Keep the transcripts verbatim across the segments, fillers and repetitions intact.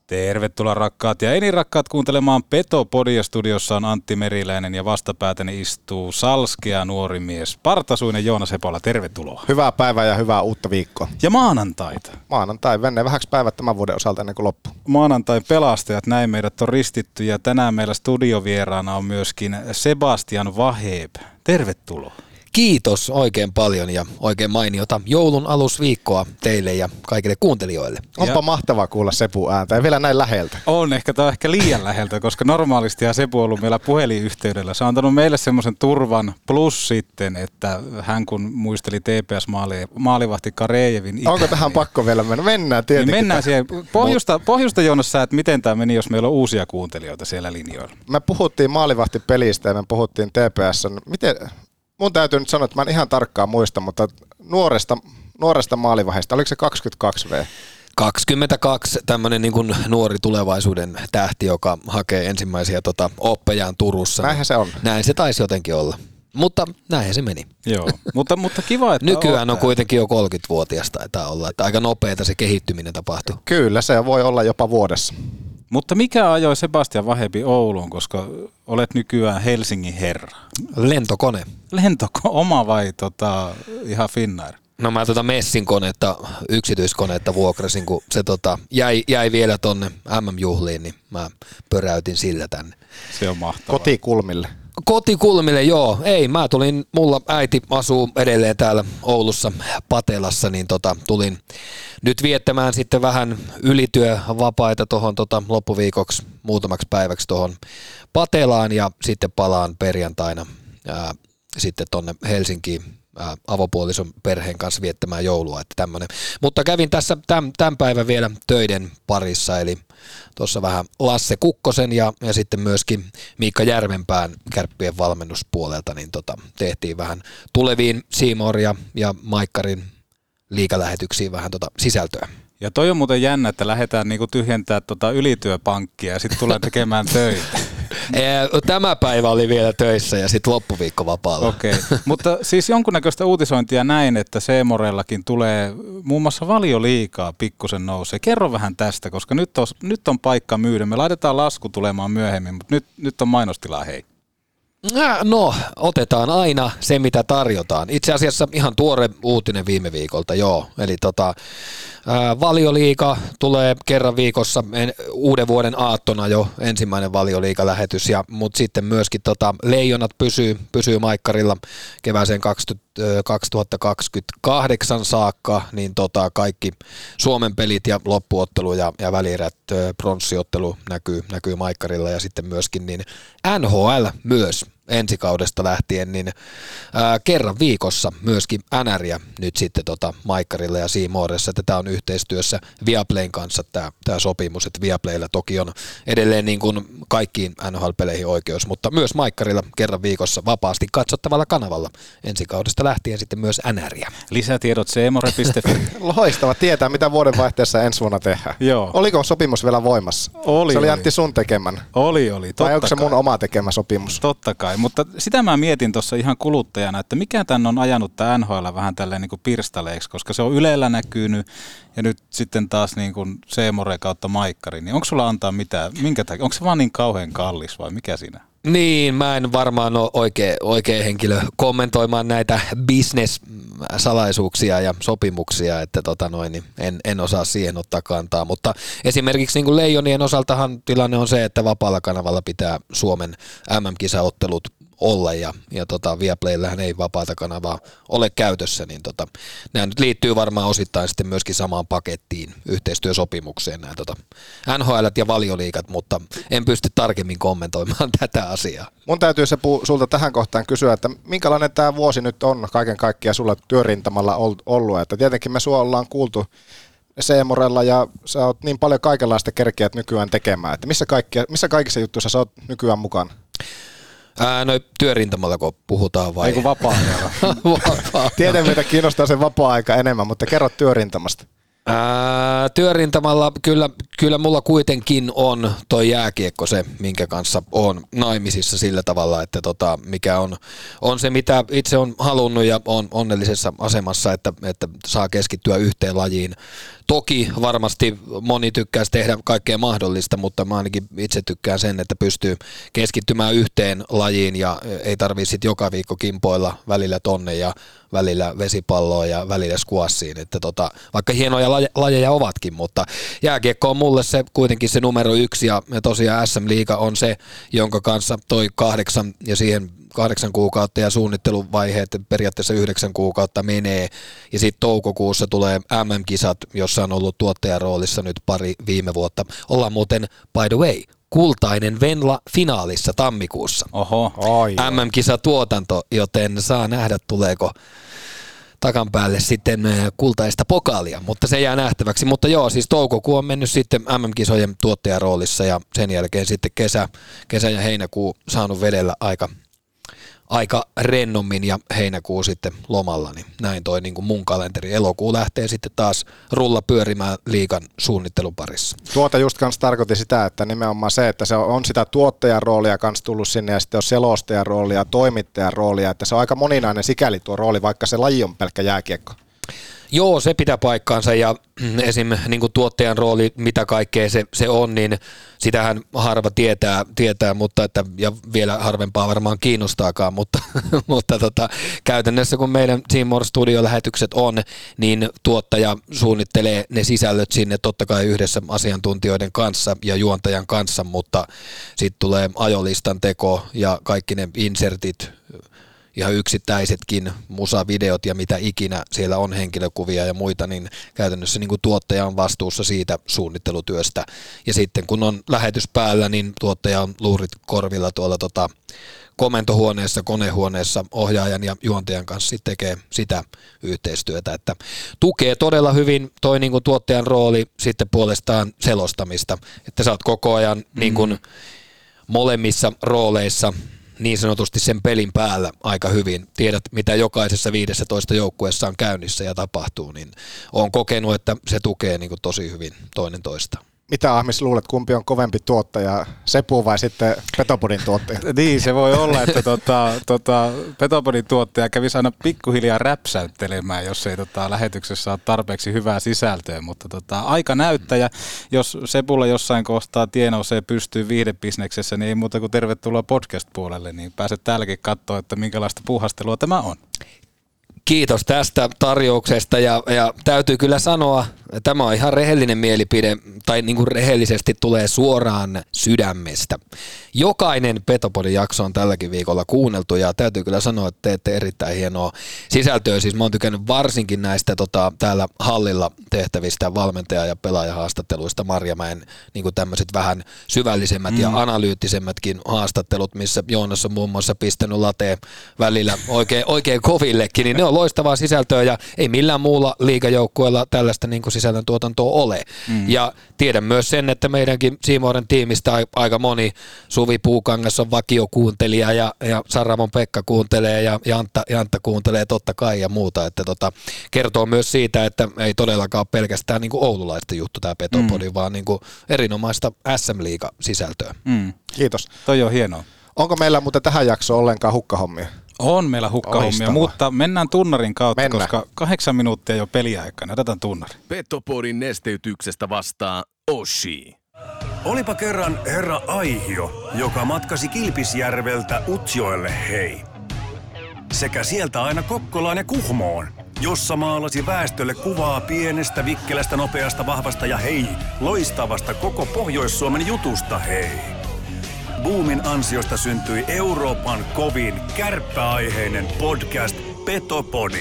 Tervetuloa rakkaat ja eni rakkaat kuuntelemaan Petopodia. Studiossa on Antti Meriläinen ja vastapäätäni istuu salskea nuori mies Partasuinen Joona Sepola. Tervetuloa. Hyvää päivää ja hyvää uutta viikkoa. Ja maanantaita. Maanantai, venne vähäksi päivät tämän vuoden osalta ennen kuin loppu. Maanantain pelastajat, näin meidät on ristitty ja tänään meillä studiovieraana on myöskin Sebastian Waheb. Tervetuloa. Kiitos oikein paljon ja oikein mainiota joulun alusviikkoa teille ja kaikille kuuntelijoille. Onpa ja mahtavaa kuulla Sepu ääntä ja vielä näin läheltä. On, ehkä tämä on ehkä liian läheltä, koska normaalisti ja Sepu on ollut meillä puhelinyhteydellä. Se on antanut meille semmoisen turvan plus sitten, että hän kun muisteli T P S-maalivahti Karejevin ikä. Onko tähän pakko vielä mennä? Mennään tietenkin. Niin mennään siihen. Pohjusta, pohjusta Joonas sä, että miten tämä meni, jos meillä on uusia kuuntelijoita siellä linjoilla. Me puhuttiin maalivahtipelistä ja me puhuttiin T P S. Miten... Mun täytyy nyt sanoa, että mä en ihan tarkkaan muista, mutta nuoresta, nuoresta maalivahdista, oliko se kaksikymmentäkaksi vuotta? kaksikymmentäkaksi, tämmöinen niin kuin nuori tulevaisuuden tähti, joka hakee ensimmäisiä tota, oppejaan Turussa. Näinhän se on. Näin se taisi jotenkin olla. Mutta näinhän se meni. Joo, mutta, mutta kiva, että nykyään on kuitenkin jo kolmekymmentävuotias taitaa olla, että aika nopeata se kehittyminen tapahtuu. Kyllä, se voi olla jopa vuodessa. Mutta mikä ajoi Sebastian Wahebi Ouluun, koska olet nykyään Helsingin herra? Lentokone. Lentokone, oma vai tota, ihan Finnair? No mä tota Messin konetta, yksityiskonetta vuokrasin, kun se tota jäi, jäi vielä tonne M M-juhliin, niin mä pöräytin sillä tänne. Se on mahtavaa. Kotikulmille. Kotikulmille, joo. Ei, mä tulin, mulla äiti asuu edelleen täällä Oulussa Patelassa, niin tota, tulin nyt viettämään sitten vähän ylityövapaita tuohon tota, loppuviikoksi muutamaksi päiväksi tuohon Patelaan ja sitten palaan perjantaina ää, sitten tonne Helsinkiin ää, avopuolison perheen kanssa viettämään joulua, että tämmönen. Mutta kävin tässä tämän, tämän päivän vielä töiden parissa, eli tuossa vähän Lasse Kukkosen ja, ja sitten myöskin Miikka Järvenpään Kärppien valmennuspuolelta, niin tota, tehtiin vähän tuleviin C More ja, ja Maikkarin liigalähetyksiin vähän tota sisältöä. Ja toi on muuten jännä, että lähdetään niinku tyhjentää tota ylityöpankkia ja sitten tulee tekemään töitä. Tämä päivä oli vielä töissä ja sitten loppuviikko vapaalla. Okei, okay. Mutta siis jonkunnäköistä uutisointia näin, että C-Morellakin tulee muun muassa Valioliigaa pikkusen nousee. Kerro vähän tästä, koska nyt on, nyt on paikka myydä. Me laitetaan lasku tulemaan myöhemmin, mutta nyt, nyt on mainostilaa, hei. No, otetaan aina se, mitä tarjotaan. Itse asiassa ihan tuore uutinen viime viikolta, joo. Eli tota, ää, Valioliiga tulee kerran viikossa en, uuden vuoden aattona jo ensimmäinen Valioliiga-lähetys, ja, mutta sitten myöskin tota, Leijonat pysyy, pysyy Maikkarilla kevääseen kaksituhattakaksikymmentäkahdeksan saakka, niin tota, kaikki Suomen pelit ja loppuottelu ja, ja välierät pronssiottelu näkyy, näkyy Maikkarilla, ja sitten myöskin niin N H L myös ensi kaudesta lähtien, niin ää, kerran viikossa myöskin N R:iä nyt sitten tota Maikkarilla ja C Moressa, että tämä on yhteistyössä Viaplayn kanssa tämä, tämä sopimus, että Viaplaylla toki on edelleen niin kuin kaikkiin N H L-peleihin oikeus, mutta myös Maikkarilla kerran viikossa vapaasti katsottavalla kanavalla ensi kaudesta lähtien sitten myös N R:iä. Lisätiedot c more piste f i. Loistava tietää, mitä vuodenvaihteessa ensi vuonna tehdään. Joo. Oliko sopimus vielä voimassa? Oli. Se oli oli. Antti sun tekemän. Oli, oli. Totta vai onko se kai. mun oma tekemä sopimus? Totta kai, mutta sitä mä mietin tuossa ihan kuluttajana, että mikä tän on ajanut tämä N H L vähän tälleen niin kuin pirstaleeksi, koska se on Ylellä näkynyt ja nyt sitten taas niin kuin C-More kautta Maikkari, niin onko sulla antaa mitään, minkä takia, onko se vaan niin kauhean kallis vai mikä siinä? Niin, mä en varmaan ole oikea, oikea henkilö kommentoimaan näitä business-salaisuuksia ja sopimuksia, että tota noin, niin en, en osaa siihen ottaa kantaa, mutta esimerkiksi niin kuin Leijonien osaltahan tilanne on se, että vapaalla kanavalla pitää Suomen M M-kisaottelut olla ja, ja tota, Viaplayllähän ei vapaata kanavaa ole käytössä, niin tota, nämä nyt liittyy varmaan osittain sitten myöskin samaan pakettiin, yhteistyösopimukseen nämä tota, N H L ja Valioliigat, mutta en pysty tarkemmin kommentoimaan tätä asiaa. Mun täytyy se sulta tähän kohtaan kysyä, että minkälainen tämä vuosi nyt on kaiken kaikkiaan sulla työrintamalla ollut, että tietenkin me sua ollaan kuultu C-Morella ja sä oot niin paljon kaikenlaista kerkeät nykyään tekemään, että missä, kaikkia, missä kaikissa jutuissa sä oot nykyään mukana? Ää, no työrintamalla kun puhutaan vai? Ei kun vapaa-ajalla. Tiedän, mitä kiinnostaa sen vapaa-aika enemmän, mutta kerro työrintamasta. Ää, työrintamalla kyllä, kyllä mulla kuitenkin on toi jääkiekko se, minkä kanssa on naimisissa sillä tavalla, että tota, mikä on, on se, mitä itse on halunnut ja on onnellisessa asemassa, että, että saa keskittyä yhteen lajiin Toki varmasti moni tykkäisi tehdä kaikkea mahdollista, mutta mä ainakin itse tykkään sen, että pystyy keskittymään yhteen lajiin ja ei tarvitse sitten joka viikko kimpoilla välillä tonne ja välillä vesipalloa ja välillä squashiin, että tota, vaikka hienoja laje- lajeja ovatkin, mutta jääkiekko on mulle se kuitenkin se numero yksi ja, ja tosiaan S M-liiga on se, jonka kanssa toi kahdeksan ja siihen kahdeksan kuukautta ja suunnitteluvaiheet periaatteessa yhdeksän kuukautta menee ja sitten toukokuussa tulee M M-kisat, jossa on ollut tuottajaroolissa nyt pari viime vuotta. Ollaan muuten, by the way, kultainen Venla finaalissa tammikuussa. Oho. M M-kisatuotanto, joten saa nähdä tuleeko takan päälle sitten kultaista pokaalia, mutta se jää nähtäväksi. Mutta joo, siis toukokuu on mennyt sitten M M-kisojen tuottajaroolissa ja sen jälkeen sitten kesä, kesä ja heinäkuu saanut vedellä aika aika rennommin ja heinäkuu sitten lomalla, niin näin toi niin kuin mun kalenteri. Elokuu lähtee sitten taas rulla pyörimään liigan suunnittelun parissa. Tuota just kanssa tarkoitti sitä, että nimenomaan se, että se on sitä tuottajan roolia kanssa tullut sinne ja sitten on selostajan roolia ja toimittajan roolia, että se on aika moninainen sikäli tuo rooli, vaikka se laji on pelkkä jääkiekko. Joo, se pitää paikkaansa ja esim. Niin kuin tuottajan rooli, mitä kaikkea se, se on, niin sitähän harva tietää, tietää mutta että, ja vielä harvempaa varmaan kiinnostaakaan, mutta, mutta tota, käytännössä kun meidän C More Studio-lähetykset on, niin tuottaja suunnittelee ne sisällöt sinne totta kai yhdessä asiantuntijoiden kanssa ja juontajan kanssa, mutta sitten tulee ajolistan teko ja kaikki ne insertit, ihan yksittäisetkin musavideot ja mitä ikinä siellä on henkilökuvia ja muita, niin käytännössä niin kuin tuottaja on vastuussa siitä suunnittelutyöstä. Ja sitten kun on lähetys päällä, niin tuottaja on luurit korvilla tuolla tota komentohuoneessa, konehuoneessa ohjaajan ja juontajan kanssa sitten tekee sitä yhteistyötä, että tukee todella hyvin toi niin kuin tuottajan rooli sitten puolestaan selostamista, että sä oot koko ajan niin kuin molemmissa rooleissa niin sanotusti sen pelin päällä aika hyvin. Tiedät, mitä jokaisessa viidessätoista joukkueessa on käynnissä ja tapahtuu, niin olen kokenut, että se tukee niin kuin tosi hyvin toinen toista. Mitä Ahmis luulet, kumpi on kovempi tuottaja, Sepu vai sitten Petopodin tuottaja? Niin, se voi olla, että tota, tota, Petopodin tuottaja kävisi aina pikkuhiljaa räpsäyttelemään, jos ei tota, lähetyksessä ole tarpeeksi hyvää sisältöä, mutta tota, aika näyttää, ja jos Sepulla jossain kohtaa tie nousee pystyy viihdebisneksessä, niin ei muuta kuin tervetuloa podcast-puolelle, niin pääset täälläkin katsoa, että minkälaista puuhastelua tämä on. Kiitos tästä tarjouksesta ja, ja täytyy kyllä sanoa, että tämä on ihan rehellinen mielipide, tai niin kuin rehellisesti tulee suoraan sydämestä. Jokainen Petopodin jakso on tälläkin viikolla kuunneltu ja täytyy kyllä sanoa, että teette erittäin hienoa sisältöä. Siis mä oon tykännyt varsinkin näistä tota, täällä hallilla tehtävistä valmentaja- ja pelaajahaastatteluista, Marjamäen niin kuin tämmöiset vähän syvällisemmät mm. ja analyyttisemmätkin haastattelut, missä Joonas on muun muassa pistänyt lateen välillä oikein, oikein kovillekin, niin ne on loistavaa sisältöä ja ei millään muulla liigajoukkueella tällaista niin kuin sisällöntuotantoa ole. Mm. Ja tiedän myös sen, että meidänkin C Moren tiimistä aika moni, Suvi Puukangas on vakiokuuntelija ja, ja Sarramon Pekka kuuntelee ja Jantta, Jantta kuuntelee totta kai ja muuta, että tota, kertoo myös siitä, että ei todellakaan ole pelkästään niin kuin oululaista juttu tämä Petopodi, mm. vaan niin kuin erinomaista S M-liiga sisältöä. Mm. Kiitos. Toi on hienoa. Onko meillä muuten tähän jaksoon ollenkaan hukkahommia? On meillä hukkahommia, Loistavaa. Mutta mennään tunnarin kautta, Mennään. koska kahdeksan minuuttia jo peliaikaa. Otetaan tunnari. Petopodin nesteytyksestä vastaa Oshi. Olipa kerran herra Aihio, joka matkasi Kilpisjärveltä Utsjoelle hei. Sekä sieltä aina Kokkolaan ja Kuhmoon, jossa maalasi väestölle kuvaa pienestä, vikkelästä, nopeasta, vahvasta ja hei, loistavasta koko Pohjois-Suomen jutusta hei. Boomin ansiosta syntyi Euroopan kovin kärppäaiheinen podcast Petopodi.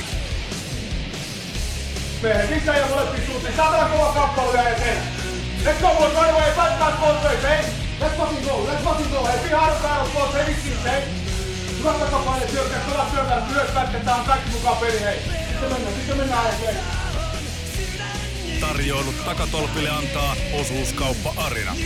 Miehet sisään ja molempiin suuntiin. Saatana kova kappale ja eteen. Let's go boys, right away. Back, back, both ways, hey. Let's fucking go, let's fucking go. Hey, be hard battle, boys, hey, vissiin, hey. Hyvät takapaine, syökkää, pelaa syökkää, myös pätketään kaikki mukaan peli, hei. Sitten mennään, sitten mennään, hei. Tarjoilut takatolpille antaa Osuuskauppa Arina.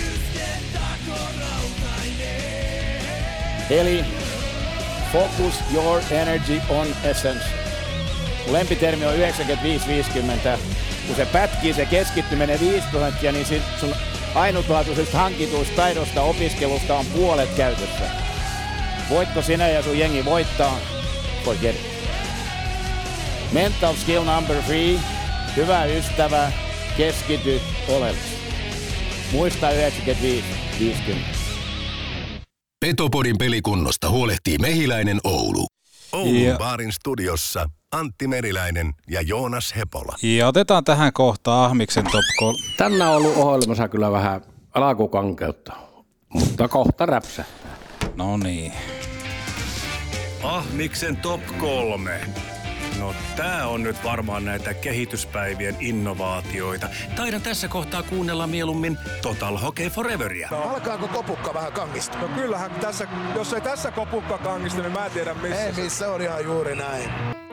Eli focus your energy on essence. Mun lempitermi on yhdeksänkymmentäviisi viisikymmentä. Kun se pätkii, se keskittyminen viisi prosenttia, niin sun ainutlaatuisesta hankituista taidosta opiskelusta on puolet käytössä. Voitko sinä ja sun jengi voittaa? Forget it. Mental skill number three. Hyvä ystävä. keskity oleellisesti. Muista yhdeksänkymmentäviisi viisikymmentä. Petopodin pelikunnosta huolehtii Mehiläinen Oulu. Oulun Ja- baarin studiossa Antti Meriläinen ja Joonas Hepola. Ja otetaan tähän kohtaan Ahmiksen top kolme. Tänään on ollut ohjelmassa kyllä vähän alkukankeutta, mutta kohta räpsähtää. No niin. Ahmiksen top kolme. No tää on nyt varmaan näitä kehityspäivien innovaatioita. Taidan tässä kohtaa kuunnella mieluummin Total Hockey Foreveria. Alkaako kopukka vähän kangistua? No kyllähän tässä, jos ei tässä kopukka kangistu, niin mä en tiedä missä. Ei missä, on ihan juuri näin.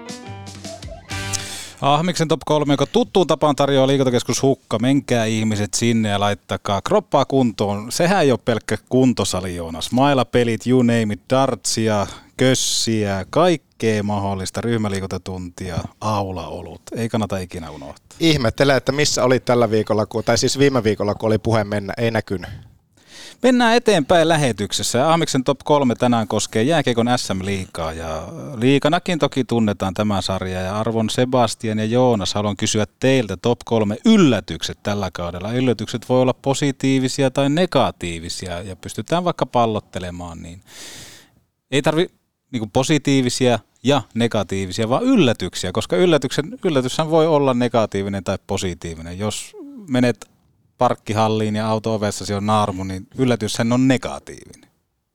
Ahmiksen top kolme, joka tuttuun tapaan tarjoaa liikuntakeskus Hukka. Menkää ihmiset sinne ja laittakaa kroppaa kuntoon. Sehän ei ole pelkkä kuntosali, Joonas. Mailapelit, you name it, dartsia, kössiä, kaikkea mahdollista, ryhmäliikuntatuntia, aulaolut. Ei kannata ikinä unohtaa. Ihmettelen, että missä oli tällä viikolla, kun, tai siis viime viikolla, kun oli puhe mennä, ei näkynyt. Mennään eteenpäin lähetyksessä. Ahmiksen top kolme tänään koskee jääkiekon äs äm-liigaa ja liiganakin toki tunnetaan tämä sarja. Ja arvon Sebastian ja Joonas, haluan kysyä teiltä top kolme yllätykset tällä kaudella. Yllätykset voi olla positiivisia tai negatiivisia ja pystytään vaikka pallottelemaan, niin ei tarvi niin positiivisia ja negatiivisia, vaan yllätyksiä, koska yllätyksen, yllätyshän voi olla negatiivinen tai positiivinen. Jos menet parkkihalliin ja auto-ovessasi on naarmu, niin yllätyshän on negatiivinen.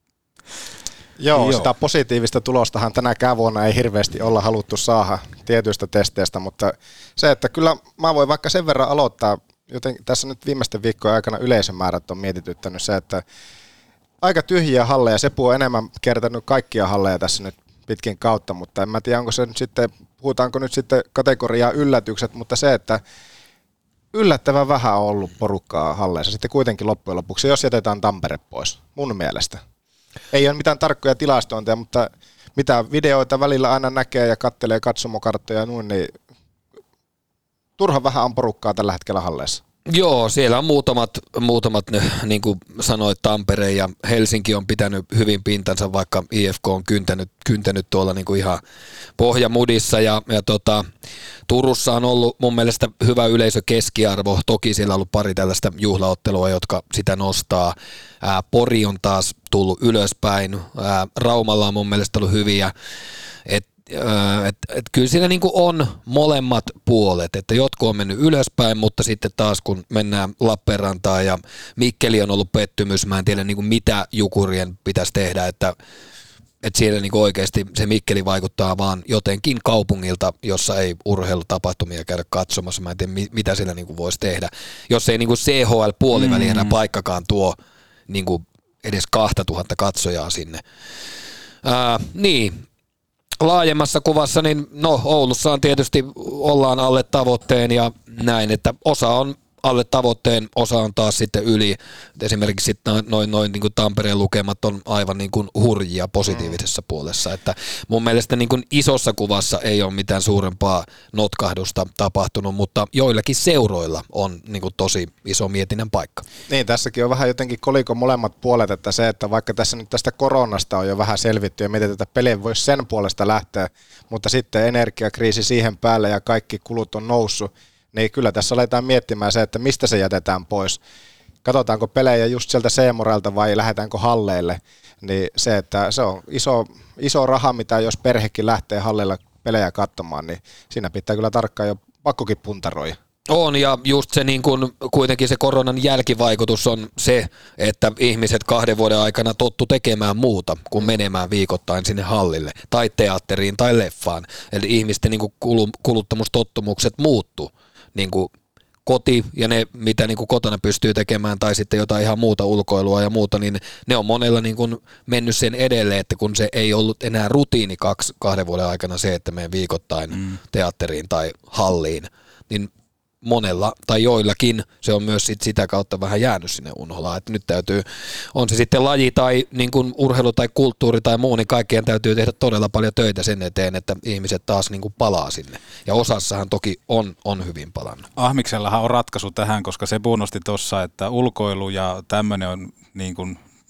Joo, Joo. sitä positiivista tulostahan tänäkään vuonna ei hirveästi olla haluttu saada tietyistä testeistä, mutta se, että kyllä mä voin vaikka sen verran aloittaa, joten tässä nyt viimeisten viikkojen aikana yleisömäärät on mietityttänyt se, että aika tyhjiä halleja, Sepu on enemmän kertanut kaikkia halleja tässä nyt pitkin kautta, mutta en mä tiedä, onko se nyt sitten, puhutaanko nyt sitten kategoriaa yllätykset, mutta se, että yllättävän vähän on ollut porukkaa halleissa sitten kuitenkin loppujen lopuksi, jos jätetään Tampere pois, mun mielestä. Ei ole mitään tarkkoja tilastointeja, mutta mitä videoita välillä aina näkee ja kattelee katsomokarttoja ja noin, niin turhan vähän on porukkaa tällä hetkellä halleissa. Joo, siellä on muutamat, muutamat niin kuin sanoit, Tampere ja Helsinki on pitänyt hyvin pintansa, vaikka I F K on kyntänyt, kyntänyt tuolla niin kuin ihan pohjamudissa. Ja, ja tota, Turussa on ollut mun mielestä hyvä yleisökeskiarvo. Toki siellä on ollut pari tällaista juhlaottelua, jotka sitä nostaa. Ää, Pori on taas tullut ylöspäin. Ää, Raumalla on mun mielestä ollut hyviä. Et Et, et kyllä siinä niinku on molemmat puolet, että jotkut on mennyt ylöspäin, mutta sitten taas kun mennään Lappeenrantaan ja Mikkeli on ollut pettymys, mä en tiedä niinku mitä Jukurien pitäisi tehdä, että et siellä niinku oikeasti se Mikkeli vaikuttaa vaan jotenkin kaupungilta, jossa ei urheilutapahtumia käydä katsomassa, mä en tiedä mitä siellä niinku voisi tehdä, jos ei niinku C H L-puoliväli enää paikkakaan tuo niinku edes kaksituhatta katsojaa sinne. Ää, niin. Laajemmassa kuvassa, niin no Oulussa on tietysti ollaan alle tavoitteen ja näin, että osa on alle tavoitteen, osa on taas sitten yli. Esimerkiksi sitten noin, noin, noin niin kuin Tampereen lukemat on aivan niin kuin hurjia positiivisessa puolessa, että mun mielestä niin kuin isossa kuvassa ei ole mitään suurempaa notkahdusta tapahtunut, mutta joillakin seuroilla on niin kuin tosi iso mietinnän paikka. Niin, tässäkin on vähän jotenkin kolikon molemmat puolet, että se, että vaikka tässä nyt tästä koronasta on jo vähän selvitty ja mietitään, että pelien voisi sen puolesta lähteä, mutta sitten energiakriisi siihen päälle ja kaikki kulut on noussut, niin kyllä tässä aletaan miettimään se, että mistä se jätetään pois. Katsotaanko pelejä just sieltä C-morelta vai lähdetäänkö halleille, niin se, että se on iso, iso raha, mitä jos perhekin lähtee halleilla pelejä katsomaan, niin siinä pitää kyllä tarkkaan jo pakkokin puntaroida. On, ja just se niin kuin, kuitenkin se koronan jälkivaikutus on se, että ihmiset kahden vuoden aikana tottu tekemään muuta kuin menemään viikoittain sinne hallille tai teatteriin tai leffaan. Eli ihmisten niin kuin kuluttamustottumukset muuttu. Niin kuin koti ja ne, mitä niin kuin kotona pystyy tekemään tai sitten jotain ihan muuta ulkoilua ja muuta, niin ne on monella niin kuin mennyt sen edelleen, että kun se ei ollut enää rutiini kaksi, kahden vuoden aikana se, että menen viikoittain mm. teatteriin tai halliin, niin monella tai joillakin se on myös sit sitä kautta vähän jäänyt sinne unholaan, että nyt täytyy, on se sitten laji tai niin kuin urheilu tai kulttuuri tai muu, niin kaikkien täytyy tehdä todella paljon töitä sen eteen, että ihmiset taas niin kuin palaa sinne. Ja osassahan toki on, on hyvin palannut. Ahmiksellahan on ratkaisu tähän, koska se nosti tuossa, että ulkoilu ja tämmöinen on niin kuin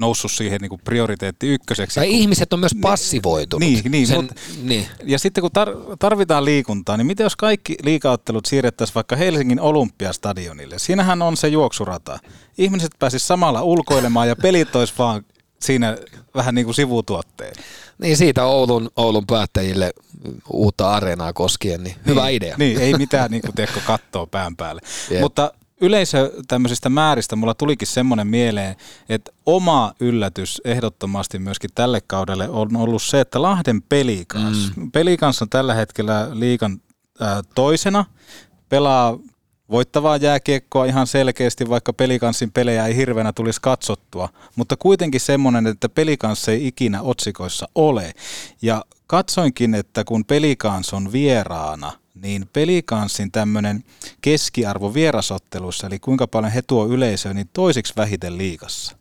noussut siihen niin kuin prioriteetti ykköseksi. Tai kun, ihmiset on myös passivoitunut. Niin, niin, Sen, mut, niin. Ja sitten kun tar- tarvitaan liikuntaa, niin miten jos kaikki liigaottelut siirrettäisiin vaikka Helsingin Olympiastadionille? Siinähän on se juoksurata. Ihmiset pääsisivät samalla ulkoilemaan ja pelit olisi vaan siinä vähän niin kuin sivutuotteena. Niin siitä Oulun, Oulun päättäjille uutta areenaa koskien, niin hyvä niin, idea. Niin, ei mitään niin kuin tiedätkö, kattoa pään päälle. Yep. Mutta yleisö tämmöisistä määristä mulla tulikin semmoinen mieleen, että oma yllätys ehdottomasti myöskin tälle kaudelle on ollut se, että Lahden Pelikans. Mm. Pelikans on tällä hetkellä liigan äh, toisena, pelaa voittavaa jääkiekkoa ihan selkeästi, vaikka Pelikansin pelejä ei hirveänä tulisi katsottua, mutta kuitenkin semmoinen, että Pelikans ei ikinä otsikoissa ole. Ja katsoinkin, että kun Pelikans on vieraana, niin Pelikansin tämmöinen keskiarvo vierasottelussa, eli kuinka paljon he tuo yleisöä, niin toisiksi vähiten liigassa.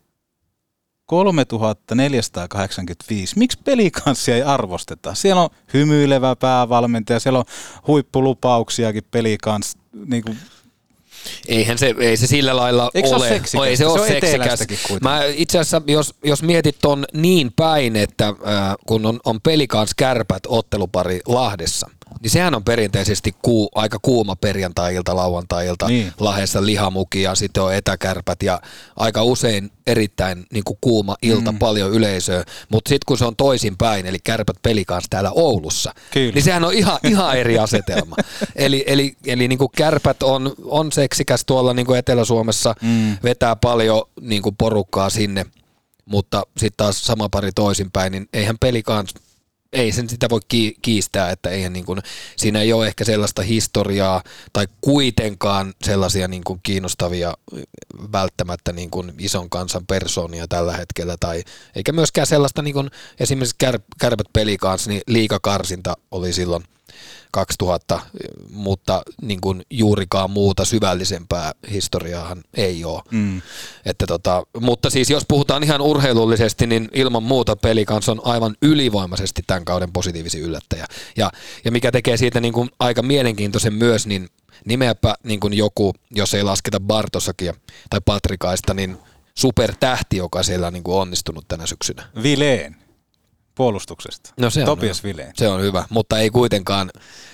kolmetuhatta neljäsataakahdeksankymmentäviisi. Miksi Pelikansia ei arvosteta? Siellä on hymyilevä päävalmentaja, siellä on huippulupauksiakin Pelikans. Niin kuin Eihän se, ei se sillä lailla Eikö ole. Se ole seksikäs? Ei se, se ole on seksikäs. Mä itse asiassa, jos, jos mietit ton niin päin, että äh, kun on, on Pelikans Kärpät ottelupari Lahdessa, niin sehän on perinteisesti kuu, aika kuuma perjantai-ilta, lauantai-ilta, niin. Lahdessa lihamuki ja sitten on etäkärpät ja aika usein erittäin niin kuin kuuma ilta, mm. paljon yleisöä, mutta sitten kun se on toisinpäin, eli Kärpät Pelikans täällä Oulussa, Kyllä. niin sehän on ihan, ihan eri asetelma. eli eli, eli niin kuin Kärpät on, on seksikäs tuolla niin kuin Etelä-Suomessa, mm. vetää paljon niin kuin porukkaa sinne, mutta sitten taas sama pari toisinpäin, niin eihän Pelikans ei sen sitä voi kiistää, että eihän niin kuin, siinä ei ole ehkä sellaista historiaa tai kuitenkaan sellaisia niin kuin kiinnostavia välttämättä niin kuin ison kansan persoonia tällä hetkellä, tai eikä myöskään sellaista niin kuin esimerkiksi kär, Kärpät Pelikans, niin liigakarsinta oli silloin kaksituhatta, mutta niin kuin juurikaan muuta syvällisempää historiaahan ei ole. Mm. Että tota, mutta siis jos puhutaan ihan urheilullisesti, niin ilman muuta Pelikans on aivan ylivoimaisesti tämän kauden positiivisin yllättäjä. Ja, ja mikä tekee siitä niin kuin aika mielenkiintoisen myös, niin nimeäpä niin kuin joku, jos ei lasketa Bartosakia tai Patrikaista, niin supertähti, joka siellä on niin kuin onnistunut tänä syksynä. Vileen. Puolustuksesta. No se on Topias hyvä. Vileen. Se on hyvä, mutta ei kuitenkaan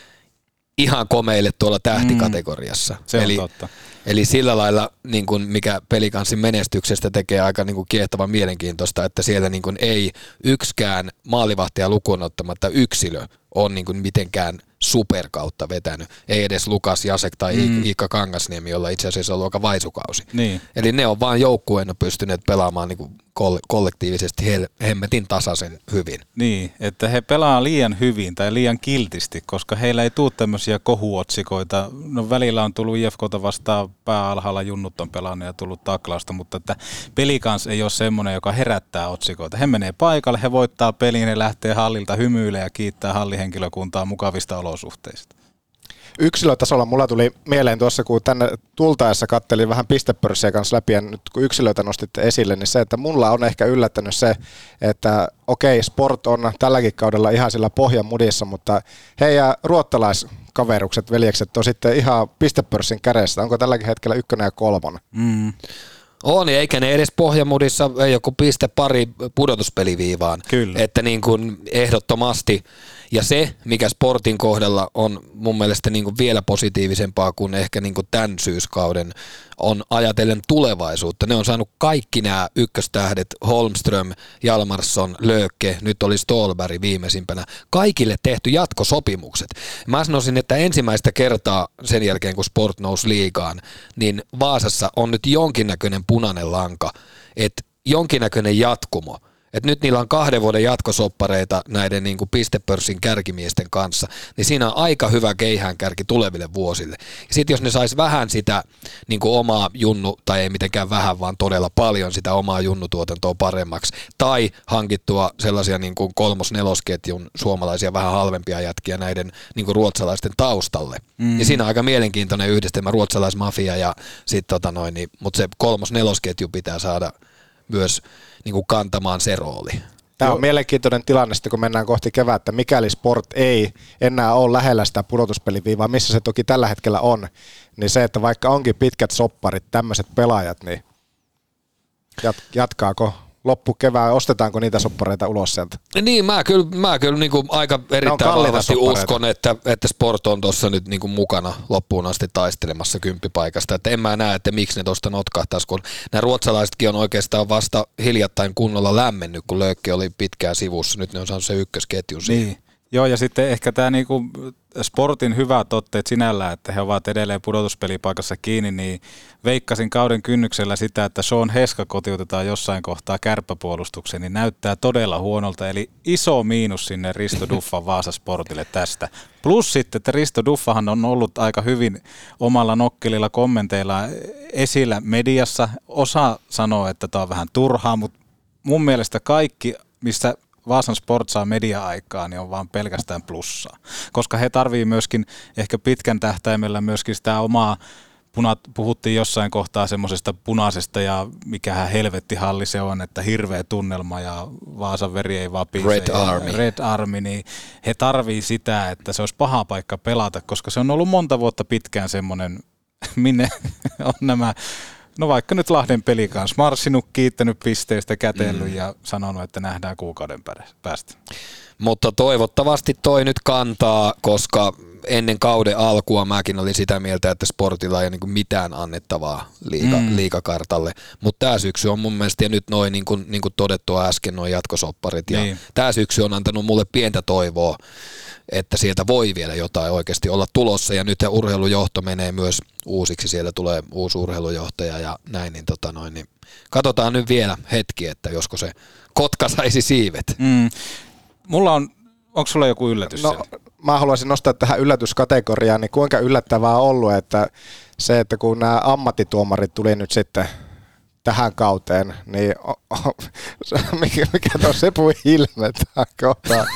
ihan komeille tuolla tähtikategoriassa. Mm, se on eli, totta. Eli sillä lailla, niin kuin mikä Pelikansin menestyksestä tekee aika niin kuin kiehtovan mielenkiintoista, että siellä niin kuin ei yksikään maalivahtia lukuun ottamatta yksilö on niin kuin mitenkään superkautta vetänyt. Ei edes Lukas Jasek tai mm. Iikka Kangasniemi, jolla itse asiassa on ollut aika vaisukausi. Niin. Eli ne on vaan joukkueena pystyneet pelaamaan niin kuin kollektiivisesti hemmetin tasaisen hyvin. Niin, että he pelaa liian hyvin tai liian kiltisti, koska heillä ei tule tämmöisiä kohuotsikoita. No välillä on tullut I F K:ta vastaan pääalhaalla, junnut on pelannut ja tullut taklausta, mutta että Pelikans ei ole semmoinen, joka herättää otsikoita. He menee paikalle, he voittaa pelin, he lähtee hallilta hymyilemään ja kiittää hallihenkilökuntaa mukavista olosuhteista. Yksilötasolla mulla tuli mieleen tuossa, kun tänne tultaessa kattelin vähän pistepörssiä kanssa läpi, ja nyt kun yksilöitä nostitte esille, niin se, että mulla on ehkä yllättänyt se, että okei, Sport on tälläkin kaudella ihan sillä pohjan mudissa, mutta heidän ruottalaiskaverukset, veljekset on sitten ihan pistepörssin kädessä. Onko tälläkin hetkellä ykkönen ja kolmonen? Mm. On, eikä ne edes pohjamudissa, ei joku piste pari pudotuspeliviivaan. Kyllä. Että niin kuin ehdottomasti. Ja se, mikä Sportin kohdalla on mun mielestä niin kuin vielä positiivisempaa kuin ehkä niin kuin tämän syyskauden, on ajatellen tulevaisuutta. Ne on saanut kaikki nämä ykköstähdet, Holmström, Jalmarsson, Löökke, nyt oli Ståhlberg viimeisimpänä, kaikille tehty jatkosopimukset. Mä sanoisin, että ensimmäistä kertaa sen jälkeen, kun Sport nousi liigaan, niin Vaasassa on nyt jonkinnäköinen punainen lanka, että jonkinnäköinen jatkumo. Et nyt niillä on kahden vuoden jatkosoppareita näiden niin kuin pistepörssin kärkimiesten kanssa, niin siinä on aika hyvä keihäänkärki tuleville vuosille. Ja sitten jos ne sais vähän sitä niin kuin omaa junnu, tai ei mitenkään vähän, vaan todella paljon sitä omaa junnutuotantoa paremmaksi, tai hankittua sellaisia niin kuin kolmos-nelosketjun suomalaisia vähän halvempia jätkiä näiden niin kuin ruotsalaisten taustalle. Mm. Ja siinä on aika mielenkiintoinen yhdistelmä ruotsalaismafia ja sitten tota noin, niin, mutta se kolmos-nelosketju pitää saada myös niin kuin kantamaan se rooli. Tämä on mielenkiintoinen tilanne sitten, kun mennään kohti kevättä. Mikäli Sport ei enää ole lähellä sitä pudotuspeliviivaa, missä se toki tällä hetkellä on, niin se, että vaikka onkin pitkät sopparit, tämmöiset pelaajat, niin jat- jatkaako loppukevään, ostetaanko niitä soppareita ulos sieltä? Niin, mä kyllä, mä kyllä niin kuin aika erittäin vahvasti uskon, että, että Sport on tuossa nyt niin kuin mukana loppuun asti taistelemassa kymppipaikasta. Että en mä näe, että miksi ne tuosta notkahtaisi, kun nämä ruotsalaisetkin on oikeastaan vasta hiljattain kunnolla lämmennyt, kun Löökki oli pitkään sivussa. Nyt ne on saanut se ykkösketjun siihen. Niin. Joo, ja sitten ehkä tämä niinku Sportin hyvät otteet sinällään, että he ovat edelleen pudotuspelipaikassa kiinni, niin veikkasin kauden kynnyksellä sitä, että Sean Heska kotiutetaan jossain kohtaa kärppäpuolustukseen, niin näyttää todella huonolta. Eli iso miinus sinne Risto Duffan Vaasa Sportille tästä. Plus sitten, että Risto Duffahan on ollut aika hyvin omalla nokkelilla kommenteilla esillä mediassa. Osa sanoo, että tämä on vähän turhaa, mutta mun mielestä kaikki, missä Vaasan Sport saa media-aikaa, niin on vaan pelkästään plussaa. Koska he tarvii myöskin ehkä pitkän tähtäimellä myöskin sitä omaa, punat, puhuttiin jossain kohtaa semmoisesta punaisesta ja mikähän helvettihalli se on, että hirveä tunnelma ja Vaasan veri ei vapise. Red Army. Red Army, niin he tarvii sitä, että se olisi paha paikka pelata, koska se on ollut monta vuotta pitkään semmoinen, minne on nämä. No vaikka nyt Lahden peli kanssa. Marssinut, kiittänyt pisteistä, kätellyt mm. ja sanonut, että nähdään kuukauden päästä. Mutta toivottavasti toi nyt kantaa, koska ennen kauden alkua mäkin olin sitä mieltä, että Sportilla ei ole niin mitään annettavaa liiga, mm. liigakartalle. Mutta tämä syksy on mun mielestä, ja nyt noin niin kuin, niin kuin todettua äsken, noin jatkosopparit. Ja niin. Tämä syksy on antanut mulle pientä toivoa, että sieltä voi vielä jotain oikeasti olla tulossa. Ja nyt urheilujohto menee myös uusiksi, siellä tulee uusi urheilujohtaja ja näin. Niin, tota noin, niin katsotaan nyt vielä hetki, että josko se Kotka saisi siivet. Mm. Mulla on, onko sulla joku yllätys? No, mä haluaisin nostaa tähän yllätyskategoriaan, niin kuinka yllättävää on ollut, että se, että kun nämä ammattituomarit tuli nyt sitten tähän kauteen, niin o, o, mikä, mikä tuo Sepun ilme tähän kohtaan?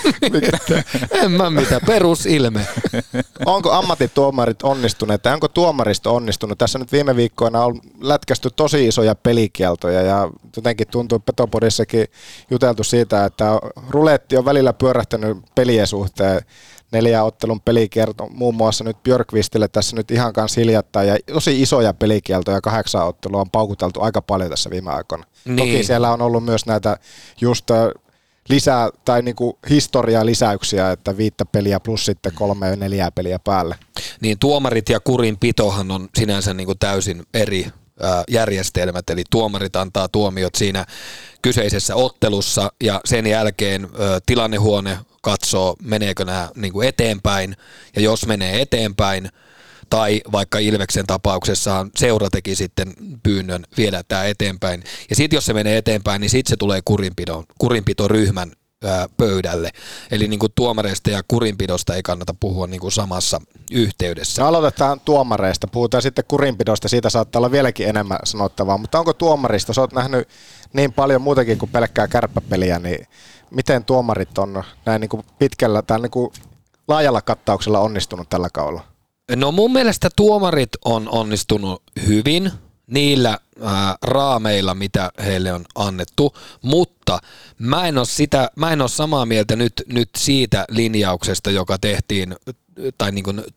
En mä mitään, perusilme. Onko ammattituomarit onnistuneet, tai onko tuomaristo onnistunut? Tässä nyt viime viikkoina on lätkästy tosi isoja pelikieltoja, ja jotenkin tuntuu Petopodissakin juteltu siitä, että ruletti on välillä pyörähtänyt pelien suhteen. Neljä ottelun pelikierto, muun muassa nyt Björkvistille tässä nyt ihan kanssa hiljattain, ja tosi isoja pelikieltoja, kahdeksan ottelua on paukuteltu aika paljon tässä viime aikoina. Niin. Toki siellä on ollut myös näitä just lisää, tai niinku historiaa lisäyksiä, että viittä peliä plus sitten kolme ja neljää peliä päälle. Niin tuomarit ja kurinpitohan on sinänsä niinku täysin eri järjestelmät, eli tuomarit antaa tuomiot siinä kyseisessä ottelussa, ja sen jälkeen tilannehuone katsoo, meneekö nämä niin kuin eteenpäin, ja jos menee eteenpäin, tai vaikka Ilveksen tapauksessahan seura teki sitten pyynnön viedä tämä eteenpäin, ja sitten jos se menee eteenpäin, niin sitten se tulee kurinpidon, kurinpitoryhmän ää, pöydälle. Eli niin kuin tuomareista ja kurinpidosta ei kannata puhua niin kuin samassa yhteydessä. No aloitetaan tuomareista, puhutaan sitten kurinpidosta, siitä saattaa olla vieläkin enemmän sanottavaa, mutta onko tuomarista, sä oot nähnyt niin paljon muutakin kuin pelkkää kärppäpeliä, niin miten tuomarit on näin niin kuin pitkällä tai niin kuin laajalla kattauksella onnistunut tällä kaudella? No mun mielestä tuomarit on onnistunut hyvin niillä ää, raameilla, mitä heille on annettu, mutta mä en ole, sitä, mä en ole samaa mieltä nyt, nyt siitä linjauksesta, joka tehtiin, tai niin kuin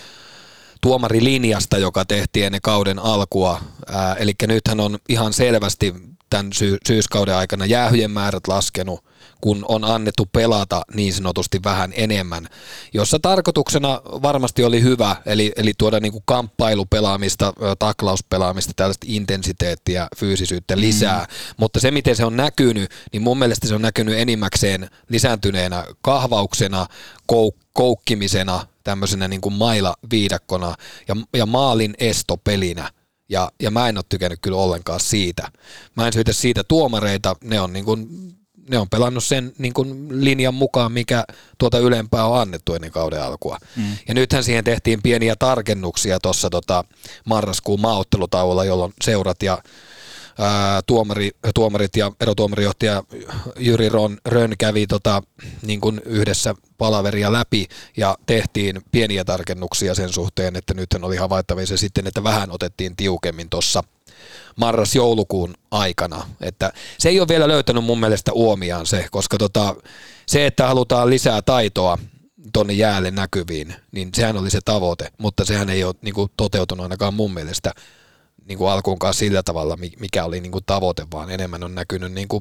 tuomarilinjasta, joka tehtiin ennen kauden alkua. Ää, eli nythän on ihan selvästi tämän sy- syyskauden aikana jäähyjen määrät laskenut, kun on annettu pelata niin sanotusti vähän enemmän, jossa tarkoituksena varmasti oli hyvä, eli, eli tuoda niin kuin kamppailupelaamista, taklauspelaamista, tällaista intensiteettiä, fyysisyyttä lisää, mm. mutta se miten se on näkynyt, niin mun mielestä se on näkynyt enimmäkseen lisääntyneenä kahvauksena, kouk- koukkimisena, tämmöisenä niin kuin mailaviidakkona ja, ja maalin estopelinä. Ja, ja mä en ole tykännyt kyllä ollenkaan siitä. Mä en syytä siitä tuomareita, ne on, niin kuin, ne on pelannut sen niin kuin linjan mukaan, mikä tuota ylempää on annettu ennen kauden alkua. Mm. Ja nythän siihen tehtiin pieniä tarkennuksia tuossa tota marraskuun maaottelutauolla, jolloin seurat ja ää, tuomari, tuomarit ja erotuomarijohtaja Jyri Ron, Rönn kävi tota, niin kuin yhdessä palaveria läpi ja tehtiin pieniä tarkennuksia sen suhteen, että nythän oli havaittavissa sitten, että vähän otettiin tiukemmin tuossa marras-joulukuun aikana. Että se ei ole vielä löytänyt mun mielestä uomiaan se, koska tota, se, että halutaan lisää taitoa tuonne jäälle näkyviin, niin sehän oli se tavoite, mutta sehän ei ole niin kuin toteutunut ainakaan mun mielestä niin kuin alkuunkaan sillä tavalla, mikä oli niin kuin tavoite, vaan enemmän on näkynyt niin kuin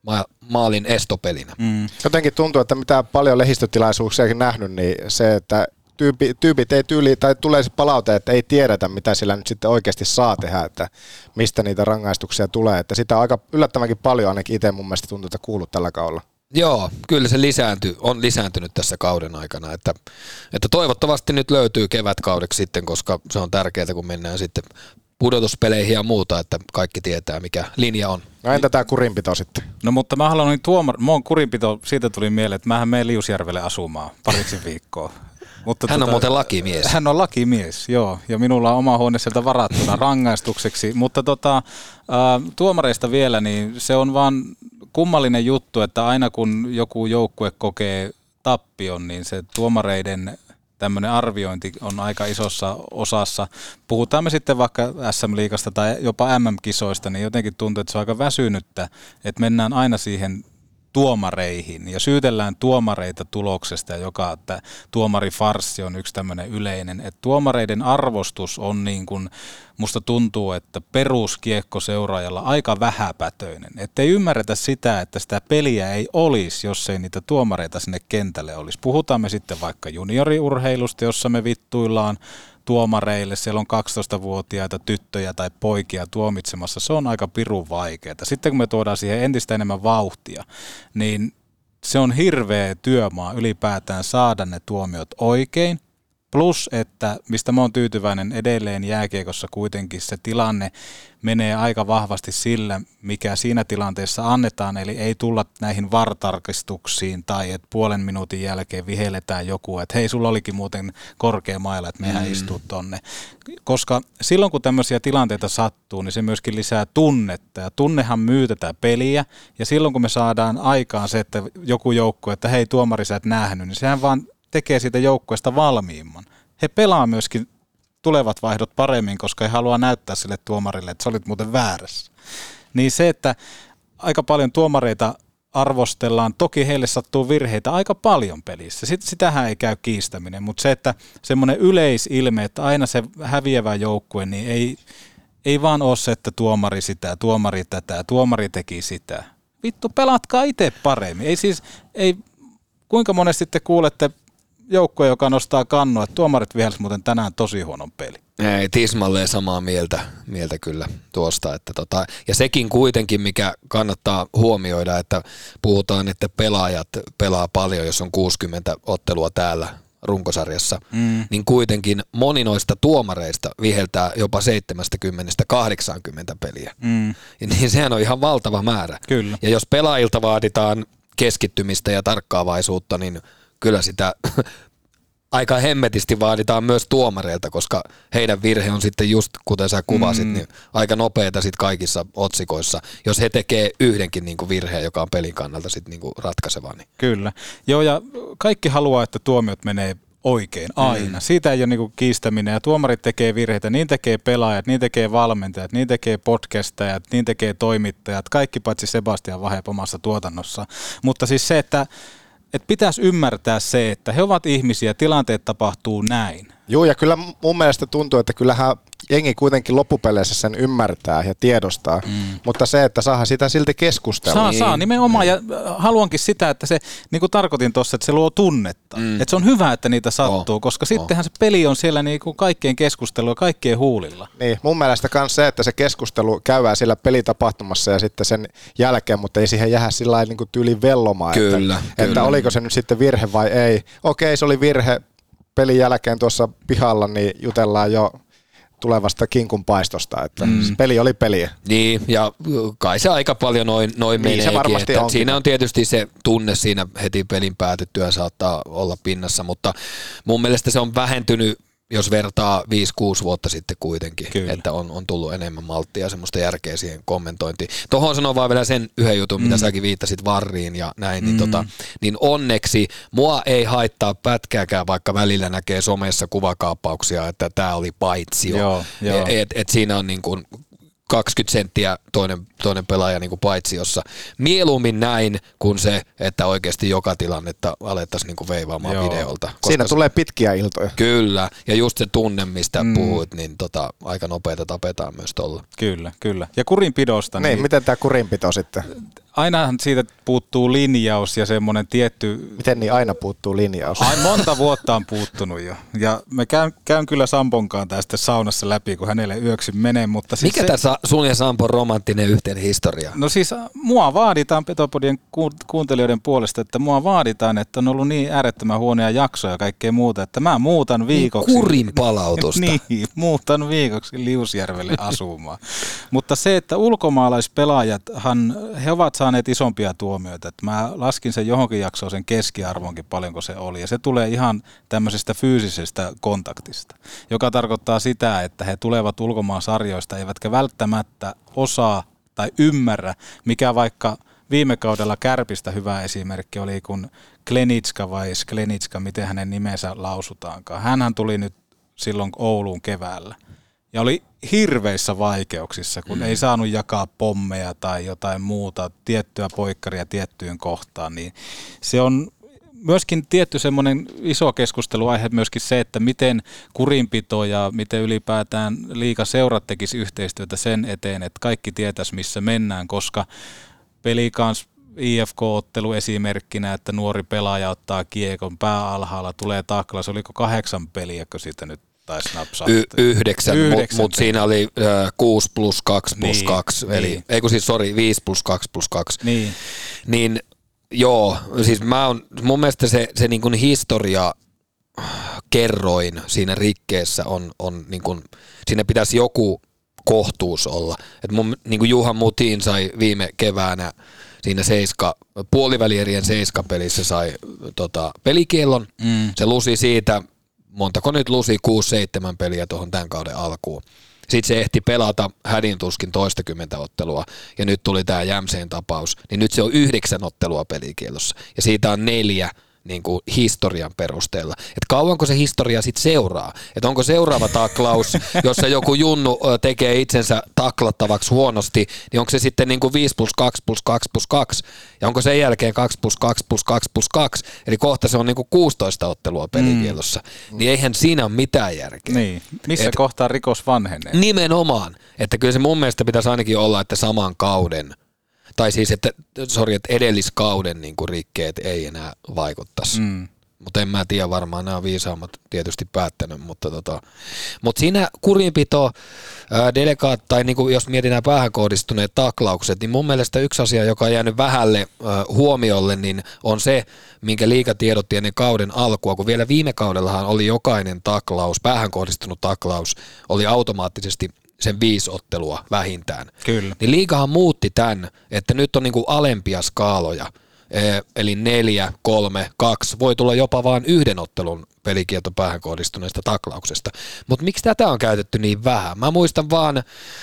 ma- maalin estopelinä. Mm. Jotenkin tuntuu, että mitä paljon lehdistötilaisuuksiakin nähnyt, niin se, että tyypi, tyypit ei tyyli, tai tulee se palaute, että ei tiedetä, mitä sillä nyt sitten oikeasti saa tehdä, että mistä niitä rangaistuksia tulee. Että sitä aika yllättävänkin paljon ainakin itse mun mielestä tuntuu, että kuullut tällä kaudella. Joo, kyllä se lisäänty, on lisääntynyt tässä kauden aikana, että, että toivottavasti nyt löytyy kevätkaudeksi sitten, koska se on tärkeää, kun mennään sitten pudotuspeleihin ja muuta, että kaikki tietää, mikä linja on. No entä tämä kurinpito sitten? No mutta mä haluan niin tuomar, mä oon kurinpito, siitä tuli mieleen, että mähän menen Liusjärvelle asumaan pariksi viikkoa. Mutta hän on tota, muuten lakimies. Hän on lakimies, joo, ja minulla on oma huone sieltä varattuna rangaistukseksi, mutta tota, ä, tuomareista vielä, niin se on vaan kummallinen juttu, että aina kun joku joukkue kokee tappion, niin se tuomareiden tämmöinen arviointi on aika isossa osassa. Puhutaan me sitten vaikka S M-liigasta tai jopa M M-kisoista, niin jotenkin tuntuu, että se on aika väsynyttä, että mennään aina siihen tuomareihin ja syytellään tuomareita tuloksesta, joka että tuomarifarssi on yksi tämmöinen yleinen, että tuomareiden arvostus on niin kuin, musta tuntuu, että peruskiekkoseuraajalla aika vähäpätöinen, ettei ymmärretä sitä, että sitä peliä ei olisi, jos ei niitä tuomareita sinne kentälle olisi. Puhutaan me sitten vaikka junioriurheilusta, jossa me vittuillaan tuomareille, siellä on kaksitoistavuotiaita tyttöjä tai poikia tuomitsemassa, se on aika pirun vaikeaa. Sitten kun me tuodaan siihen entistä enemmän vauhtia, niin se on hirveä työmaa ylipäätään saada ne tuomiot oikein. Plus, että mistä mä oon tyytyväinen edelleen jääkiekossa kuitenkin se tilanne menee aika vahvasti sillä, mikä siinä tilanteessa annetaan, eli ei tulla näihin V A R-tarkistuksiin tai että puolen minuutin jälkeen vihelletään joku, että hei, sulla olikin muuten korkea maila, että mehän mm. istuu tonne. Koska silloin, kun tämmöisiä tilanteita sattuu, niin se myöskin lisää tunnetta, ja tunnehan myy tätä peliä, ja silloin, kun me saadaan aikaan se, että joku joukko, että hei, tuomari sä et nähnyt, niin sehän vaan tekee siitä joukkueesta valmiimman. He pelaa myöskin tulevat vaihdot paremmin, koska he haluaa näyttää sille tuomarille, että sä olit muuten väärässä. Niin se, että aika paljon tuomareita arvostellaan, toki heille sattuu virheitä aika paljon pelissä. Sit, sitähän ei käy kiistäminen, mutta se, että semmoinen yleisilme, että aina se häviävä joukkue, niin ei, ei vaan ole se, että tuomari sitä, tuomari tätä, tuomari teki sitä. Vittu, pelatkaa itse paremmin. Ei siis, ei, kuinka monesti te kuulette joukkue, joka nostaa kannua, että tuomarit vihelsi muuten tänään tosi huonon peli. Ei, tismalleen samaa mieltä, mieltä kyllä tuosta. Että tota, ja sekin kuitenkin, mikä kannattaa huomioida, että puhutaan, että pelaajat pelaa paljon, jos on kuusikymmentä ottelua täällä runkosarjassa, mm. niin kuitenkin moni noista tuomareista viheltää jopa seitsemänkymmentä kahdeksankymmentä peliä. Mm. Ja niin sehän on ihan valtava määrä. Kyllä. Ja jos pelaajilta vaaditaan keskittymistä ja tarkkaavaisuutta, niin kyllä sitä aika hemmetisti vaaditaan myös tuomareilta, koska heidän virhe on sitten just, kuten sä kuvasit, mm. niin aika nopeata sitten kaikissa otsikoissa, jos he tekee yhdenkin niinku virheen, joka on pelin kannalta sitten niinku ratkaiseva. Niin. Kyllä. Joo, ja kaikki haluaa, että tuomiot menee oikein aina. Mm. Siitä ei ole niinku kiistäminen, ja tuomarit tekee virheitä, niin tekee pelaajat, niin tekee valmentajat, niin tekee podcastajat, niin tekee toimittajat, kaikki paitsi Sebastian Vahep omassa tuotannossa. Mutta siis se, että että pitäisi ymmärtää se, että he ovat ihmisiä, tilanteet tapahtuu näin. Joo, ja kyllä mun mielestä tuntuu, että kyllähän jengi kuitenkin loppupeleissä sen ymmärtää ja tiedostaa, mm. mutta se, että saadaan sitä silti keskustella. Saa, niin. saa nimenomaan, ja haluankin sitä, että se, niin kuin tarkoitin tuossa, että se luo tunnetta. Mm. Että se on hyvä, että niitä sattuu, oh. koska oh. sittenhän se peli on siellä niin kuin kaikkien keskustelua, kaikkien huulilla. Niin, mun mielestä myös se, että se keskustelu käydään siellä pelitapahtumassa ja sitten sen jälkeen, mutta ei siihen jäädä sillä lailla niin kuin tyyliin vellomaan, kyllä, että, kyllä. että oliko se nyt sitten virhe vai ei. Okei, se oli virhe pelin jälkeen tuossa pihalla, niin jutellaan jo tulevasta kinkun paistosta, että mm. peli oli peliä. Niin, ja kai se aika paljon noin, noin niin, meneekin, että onkin. Siinä on tietysti se tunne siinä heti pelin päätyttyä saattaa olla pinnassa, mutta mun mielestä se on vähentynyt, jos vertaa viisi kuusi vuotta sitten kuitenkin, Kyllä. että on, on tullut enemmän malttia ja semmoista järkeä siihen kommentointiin. Tuohon sanon vaan vielä sen yhden jutun, mm. mitä säkin viittasit varriin ja näin, niin, mm. tota, niin onneksi mua ei haittaa pätkääkään, vaikka välillä näkee somessa kuvakaappauksia, että tää oli paitsio. Joo, joo. Et, et siinä on niin kuin kaksikymmentä senttiä toinen, toinen pelaaja niin kuin paitsiossa. Mieluummin näin kuin se, että oikeasti joka tilannetta alettaisiin niin kuin veivaamaan Joo. videolta. Koska siinä tulee pitkiä iltoja. Kyllä, ja just se tunne, mistä mm. puhuit, niin tota, aika nopeita tapetaan myös tuolla. Kyllä, kyllä. Ja kurinpidosta. Niin, niin miten tämä kurinpito sitten? ainahan siitä puuttuu linjaus ja semmoinen tietty... Miten niin aina puuttuu linjaus? Ai, monta vuotta on puuttunut jo. Ja me käyn, käyn kyllä Samponkaan tästä saunassa läpi, kun hänelle yöksi menee. Mutta siis mikä se... tässä sun ja Sampon romanttinen yhteen historia? No siis mua vaaditaan Petopodien kuuntelijoiden puolesta, että mua vaaditaan, että on ollut niin äärettömän huonoja jaksoja ja kaikkea muuta, että mä muutan viikoksi. Niin kurin palautusta. Niin, muutan viikoksi Liusjärvelle asumaan. Mutta se, että ulkomaalaispelaajathan, he ovat saaneet isompia tuomioita. Että mä laskin sen johonkin jaksoon sen keskiarvonkin paljonko se oli. Ja se tulee ihan tämmöisestä fyysisestä kontaktista, joka tarkoittaa sitä, että he tulevat ulkomaan sarjoista, eivätkä välttämättä osaa tai ymmärrä, mikä vaikka viime kaudella Kärpistä hyvä esimerkki oli, kun Klenitska vai Sklenitska, miten hänen nimensä lausutaankaan. Hänhän tuli nyt silloin Ouluun keväällä. Ja oli hirveissä vaikeuksissa, kun mm. ei saanut jakaa pommeja tai jotain muuta, tiettyä poikkaria tiettyyn kohtaan. Niin se on myöskin tietty semmoinen iso keskusteluaihe myöskin se, että miten kurinpito ja miten ylipäätään liigaseurat tekisi yhteistyötä sen eteen, että kaikki tietäisi missä mennään, koska Pelikans I F K-ottelu esimerkkinä, että nuori pelaaja ottaa kiekon pää alhaalla, tulee taklaus, oliko kahdeksan peliäkö siitä nyt? Y- yhdeksän, mutta mut siinä oli äh, kuusi plus kaksi plus niin, kaksi, eli niin. Eikö siis, sori, viisi plus kaksi plus kaksi. Niin. Niin joo, siis mä on, mun mielestä se, se niin kuin historia kerroin siinä rikkeessä on, on niin kuin, siinä pitäisi joku kohtuus olla. Et mun, niin kuin Juha Mutin sai viime keväänä siinä seiska, puolivälierien seiskapelissä sai tota, pelikiellon, mm. se lusi siitä, montako nyt lusi, kuusi seitsemän peliä tuohon tämän kauden alkuun. Sitten se ehti pelata hädintuskin toistakymmentä ottelua, ja nyt tuli tämä Jämseen tapaus, niin nyt se on yhdeksän ottelua pelikielossa, ja siitä on neljä niin kuin historian perusteella. Että kauanko se historia sitten seuraa? Että onko seuraava taklaus, jossa joku junnu tekee itsensä taklattavaksi huonosti, niin onko se sitten niin kuin viisi plus kaksi plus kaksi plus kaksi, ja onko sen jälkeen kaksi plus kaksi plus kaksi plus kaksi, eli kohta se on niin kuin kuusitoista ottelua pelikielossa. Mm. Niin eihän siinä ole mitään järkeä. Niin. Missä Et, kohtaa rikos vanhenee? Nimenomaan. Että kyllä se mun mielestä pitäisi ainakin olla, että saman kauden tai siis, että, sorry, että edelliskauden niin kuin rikkeet ei enää vaikuttaisi. Mm. Mutta en mä tiedä, varmaan nämä on viisaammat tietysti päättänyt, mutta tota, mut siinä kurinpito, ää, delegaat, tai niin kuin jos mietitään päähän kohdistuneet taklaukset, niin mun mielestä yksi asia, joka on jäänyt vähälle ää, huomiolle, niin on se, minkä liiga tiedotti ennen kauden alkua, kun vielä viime kaudellahan oli jokainen taklaus, päähän kohdistunut taklaus, oli automaattisesti sen viisi ottelua vähintään. Kyllä. Niin liigahan muutti tämän, että nyt on niinku alempia skaaloja, eli neljä, kolme, kaksi, voi tulla jopa vain yhden ottelun pelikielto päähän kohdistuneesta taklauksesta. Mutta miksi tätä on käytetty niin vähän? Mä muistan vaan,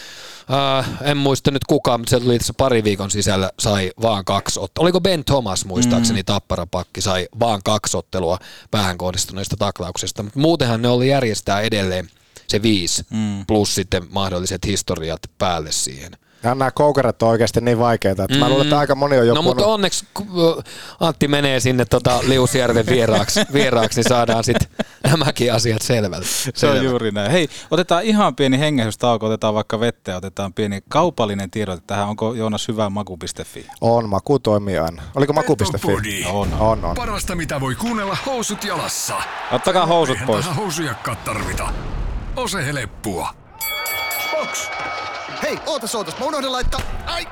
äh, en muista nyt kukaan, mutta se tuli itse pari viikon sisällä, sai vaan kaksi ottelua. Oliko Ben Thomas muistaakseni, mm. Tapparapakki, sai vaan kaksi ottelua päähän kohdistuneesta taklauksesta, mutta muutenhan ne oli järjestää edelleen se viisi, mm. plus sitten mahdolliset historiat päälle siihen. Ja nämä koukerat on oikeasti niin vaikeita, että mm. mä luulen, että aika moni on jo No mutta onneksi Antti menee sinne tota Liusjärven vieraaksi, vieraaksi, niin saadaan sitten nämäkin asiat selvälle. Se on juuri näin. Hei, otetaan ihan pieni hengähdystauko, otetaan vaikka vettä, otetaan pieni kaupallinen tiedote tähän. Onko Joonas hyvä maku piste fi? On, maku toimii aina. Oliko maku piste fi? On, on, on. Parasta mitä voi kuunnella housut jalassa. Ottakaa housut Eihän pois. Eihän housujakkaa tarvita. Ose heleppua. Box! Hei, ootas, ootas, mä unohdin laittaa... Ai!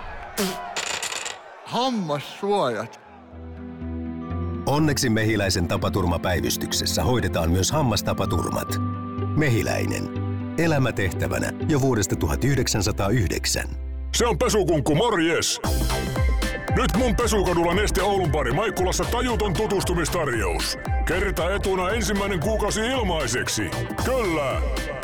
Hammassuojat. Onneksi Mehiläisen tapaturmapäivystyksessä hoidetaan myös hammastapaturmat. Mehiläinen. Elämä tehtävänä jo vuodesta tuhatyhdeksänsataayhdeksän. Se on Pesukunkku, morjes! Nyt mun Pesukadulla Neste Oulunpari Maikkulassa tajuton tutustumistarjous. Kerta etuna ensimmäinen kuukausi ilmaiseksi. Kyllä!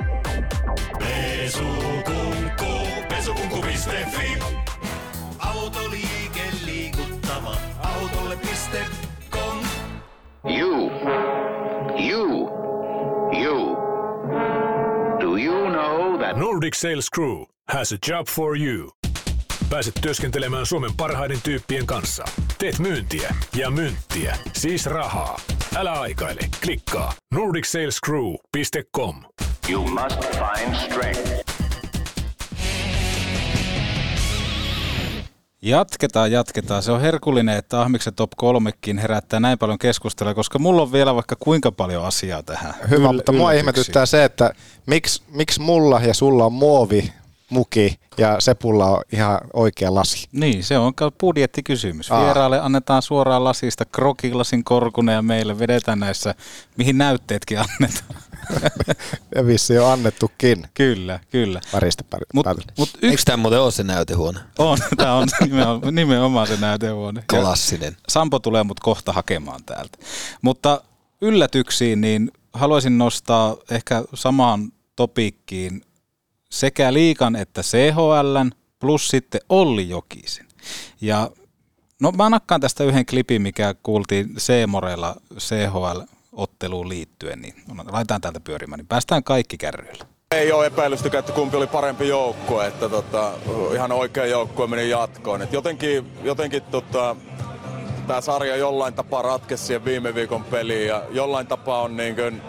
Pesukunkku, pesukunkku piste fi. Autoliike liikuttava, autolle piste com. You, you, you. Do you know that Nordic Sales Crew has a job for you. Pääset työskentelemään Suomen parhaiden tyyppien kanssa. Teet myyntiä ja myyntiä, siis rahaa. Älä aikaile, klikkaa nordic sales crew piste com. You must find strength. Jatketaan, jatketaan. Se on herkullinen, että Ahmiksen top kolmekin herättää näin paljon keskustelua, koska mulla on vielä vaikka kuinka paljon asiaa tähän. Hyvä, Yl- mutta mua ihmetyttää se, että miksi, miksi mulla ja sulla on muovi muki ja Sepulla on ihan oikea lasi. Niin, se on budjettikysymys. Vieraalle annetaan suoraan lasista krokilasin korkunen ja meille vedetään näissä, mihin näytteetkin annetaan. Ja vissiin on annettukin. Kyllä, kyllä. Parista pari. Mut, mut yks... Eikö tämä muuten ole se näytehuone? On, tämä on nimenomaan, nimenomaan se näytehuone. Klassinen. Sampo tulee mut kohta hakemaan täältä. Mutta yllätyksiin, niin haluaisin nostaa ehkä samaan topikkiin sekä liigan että C H L:n plus sitten Olli Jokisen. Ja no mä nakkaan tästä yhden klipin, mikä kuultiin C-Morella C H L-otteluun liittyen, niin laitetaan täältä pyörimään, niin päästään kaikki kärryillä. Ei ole epäilystäkään, että kumpi oli parempi joukkue, että tota, ihan oikea joukkue meni jatkoon. Et jotenkin jotenkin tota, tämä sarja jollain tapaa ratkesi siihen viime viikon peliin ja jollain tapaa on niin kuin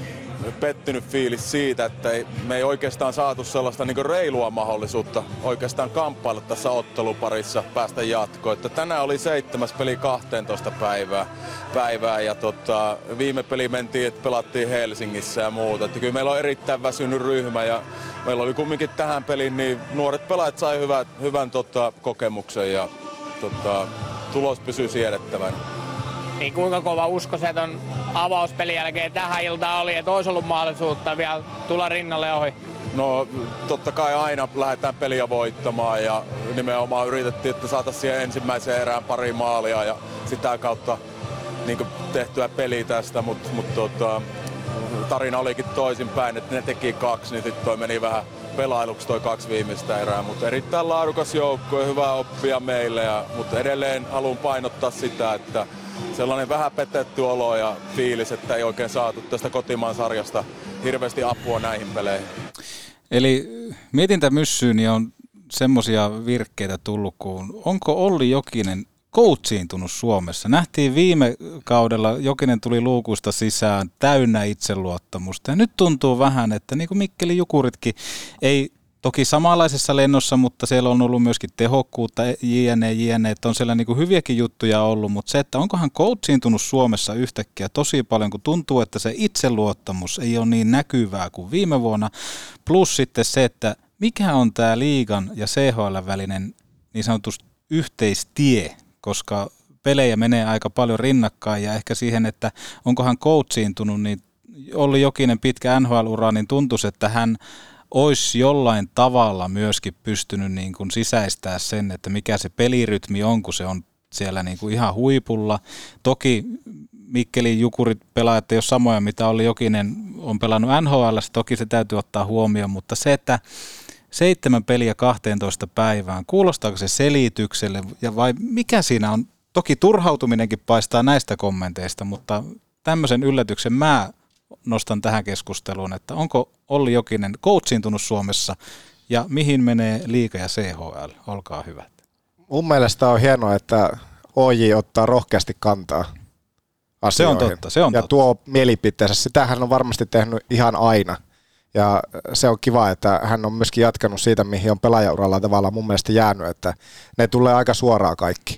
pettynyt fiilis siitä, että ei, me ei oikeastaan saatu sellaista niin kuin reilua mahdollisuutta oikeastaan kamppailla tässä otteluparissa päästä jatkoon. Että tänään oli seitsemäs peli kaksitoista päivää, päivää ja tota, viime peli mentiin, että pelattiin Helsingissä ja muuta. Että kyllä meillä on erittäin väsynyt ryhmä ja meillä oli kumminkin tähän peliin, niin nuoret pelaajat sai hyvän, hyvän tota, kokemuksen ja tota, tulos pysyy siedettävän. Niin kuinka kova usko se ton avauspelin jälkeen tähän iltaan oli, että olisi ollut mahdollisuutta vielä tulla rinnalle ohi? No totta kai aina lähdetään peliä voittamaan ja nimenomaan yritettiin, että saataisiin siihen ensimmäiseen erään pari maalia ja sitä kautta niin kuin tehtyä peliä tästä, mutta mut, tota, tarina olikin toisinpäin, että ne teki kaksi, niin sitten toi meni vähän pelailuksi toi kaksi viimeistä erää, mutta erittäin laadukas joukko ja hyvä oppia meille, ja, mutta edelleen haluan painottaa sitä, että sellainen vähän petetty olo ja fiilis, että ei oikein saatu tästä kotimaan sarjasta hirveästi apua näihin peleihin. Eli mietintämyssyyn niin on semmoisia virkkeitä tullut, kun onko Olli Jokinen coachiintunut Suomessa? Nähtiin viime kaudella, Jokinen tuli luukusta sisään täynnä itseluottamusta ja nyt tuntuu vähän, että niin kuin Mikkeli Jukuritkin ei toki samanlaisessa lennossa, mutta siellä on ollut myöskin tehokkuutta, jne, jne, että on siellä niin kuin hyviäkin juttuja ollut, mutta se, että onkohan coachiintunut Suomessa yhtäkkiä tosi paljon, kun tuntuu, että se itseluottamus ei ole niin näkyvää kuin viime vuonna, plus sitten se, että mikä on tämä liigan ja C H L välinen niin sanotusti yhteistie, koska pelejä menee aika paljon rinnakkain ja ehkä siihen, että onkohan coachiintunut, niin Olli Jokinen pitkä N H L-ura, niin tuntuisi, että hän olisi jollain tavalla myöskin pystynyt niin kuin sisäistää sen, että mikä se pelirytmi on, kun se on siellä niin kuin ihan huipulla. Toki Mikkelin Jukurit pelaajat ei ole samoja, mitä Olli Jokinen on pelannut N H L:ssä, toki se täytyy ottaa huomioon, mutta se, että seitsemän peliä kahteentoista päivään, kuulostaako se selitykselle ja vai mikä siinä on? Toki turhautuminenkin paistaa näistä kommenteista, mutta tämmöisen yllätyksen mä nostan tähän keskusteluun, että onko Olli Jokinen coachiintunut Suomessa ja mihin menee liiga ja C H L? Olkaa hyvät. Mun mielestä on hienoa, että O J ottaa rohkeasti kantaa asioihin. Se on totta, se on ja totta. tuo mielipiteensä. Sitä hän on varmasti tehnyt ihan aina. Ja se on kiva, että hän on myöskin jatkanut siitä, mihin on pelaajauralla tavallaan mun mielestä jäänyt, että ne tulee aika suoraan kaikki.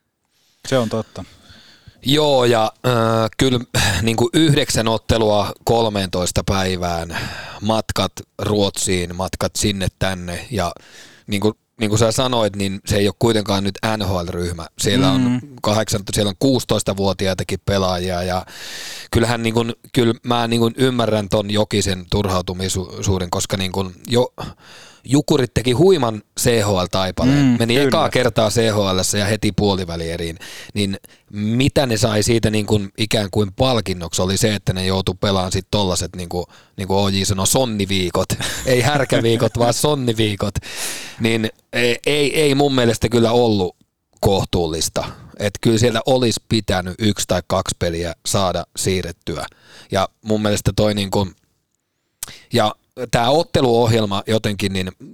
Se on totta. Joo, ja äh, kyllä niin kuin yhdeksän ottelua kolmeentoista päivään, matkat Ruotsiin, matkat sinne tänne, ja niin kuin, niin kuin sä sanoit, niin se ei ole kuitenkaan nyt N H L-ryhmä. Siellä on, mm. kahdeksan, siellä on kuusitoistavuotiaitakin pelaajia, ja kyllähän niin kuin, kyllä mä niin kuin ymmärrän ton Jokisen turhautumisuuden, koska niin kuin jo Jukurit teki huiman C H L-taipaleen, mm, meni kyllä. ekaa kertaa C H L:ssä ja heti puolivälieriin, niin mitä ne sai siitä niin kuin ikään kuin palkinnoksi oli se, että ne joutui pelaamaan sitten tollaset, niin kuin, niin kuin O J sanoi, sonniviikot, ei härkäviikot, vaan sonniviikot, niin ei, ei mun mielestä kyllä ollut kohtuullista, että kyllä sieltä olisi pitänyt yksi tai kaksi peliä saada siirrettyä, ja mun mielestä toi niin kuin, ja tämä otteluohjelma jotenkin, niin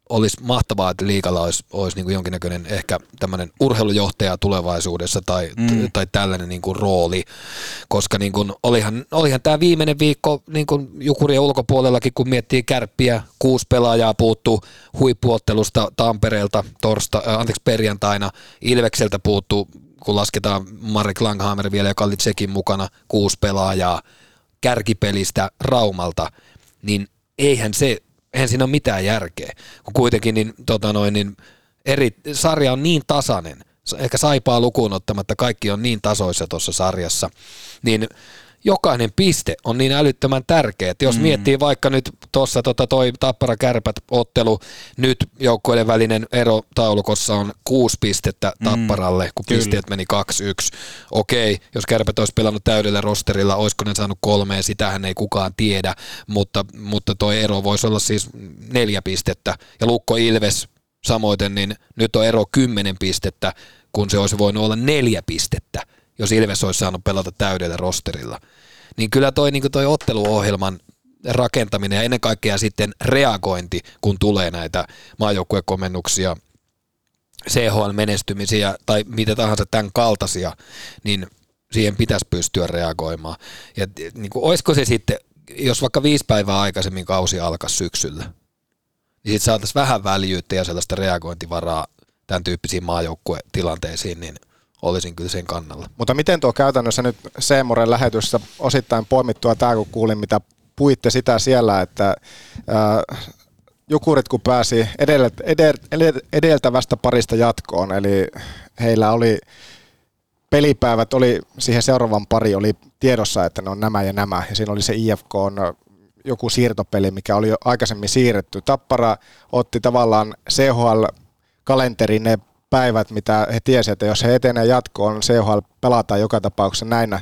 olisi mahtavaa, että liigalla olisi, olisi niin kuin jonkinnäköinen ehkä tämmöinen urheilujohtaja tulevaisuudessa tai, mm. tai tällainen niin kuin rooli, koska niin kuin olihan, olihan tämä viimeinen viikko niin kuin Jukurien ulkopuolellakin, kun miettii Kärppiä, kuusi pelaajaa puuttuu huippuottelusta Tampereelta torsta, äh, anteeksi perjantaina, Ilvekseltä puuttuu, kun lasketaan Marek Langhammer vielä, joka oli sekin mukana, kuusi pelaajaa kärkipelistä Raumalta, niin eihän se, eihän siinä ole mitään järkeä, kun kuitenkin niin, tota noin, niin eri, sarja on niin tasainen, ehkä Saipaa lukuun ottamatta kaikki on niin tasoissa tuossa sarjassa, niin jokainen piste on niin älyttömän tärkeä, että jos mm. miettii vaikka nyt tuossa tota toi Tappara-Kärpät-ottelu, nyt joukkueiden välinen ero taulukossa on kuusi pistettä Tapparalle, kun Kyllä. pisteet meni kaksi yksi. Okei, jos Kärpät olisi pelannut täydellä rosterilla, olisiko ne saanut kolmeen, sitähän ei kukaan tiedä, mutta, mutta toi ero voisi olla siis neljä pistettä, ja Lukko Ilves samoiten, niin nyt on ero kymmenen pistettä, kun se olisi voinut olla neljä pistettä, jos Ilves olisi saanut pelata täydellä rosterilla. Niin kyllä toi, niin toi otteluohjelman rakentaminen ja ennen kaikkea sitten reagointi, kun tulee näitä maajoukkuekomennuksia, C H L-menestymisiä tai mitä tahansa tämän kaltaisia, niin siihen pitäisi pystyä reagoimaan. Ja niin kuin, olisiko se sitten, jos vaikka viisi päivää aikaisemmin kausi alkaa syksyllä, niin sitten saataisiin vähän väljyyttä ja sellaista reagointivaraa tämän tyyppisiin maajoukkuetilanteisiin, niin olisin kyllä sen kannalla. Mutta miten tuo käytännössä nyt Seemoren lähetyssä osittain poimittua tämä, kun kuulin, mitä puitte sitä siellä, että ää, Jukurit kun pääsi edellä, edellä, edeltävästä parista jatkoon, eli heillä oli pelipäivät, oli siihen seuraavan pari oli tiedossa, että ne on nämä ja nämä, ja siinä oli se I F K:n joku siirtopeli, mikä oli jo aikaisemmin siirretty. Tappara otti tavallaan C H L-kalenterin ne päivät, mitä he tiesivät, että jos he etenee jatkoon, C H L pelataan joka tapauksessa näinä,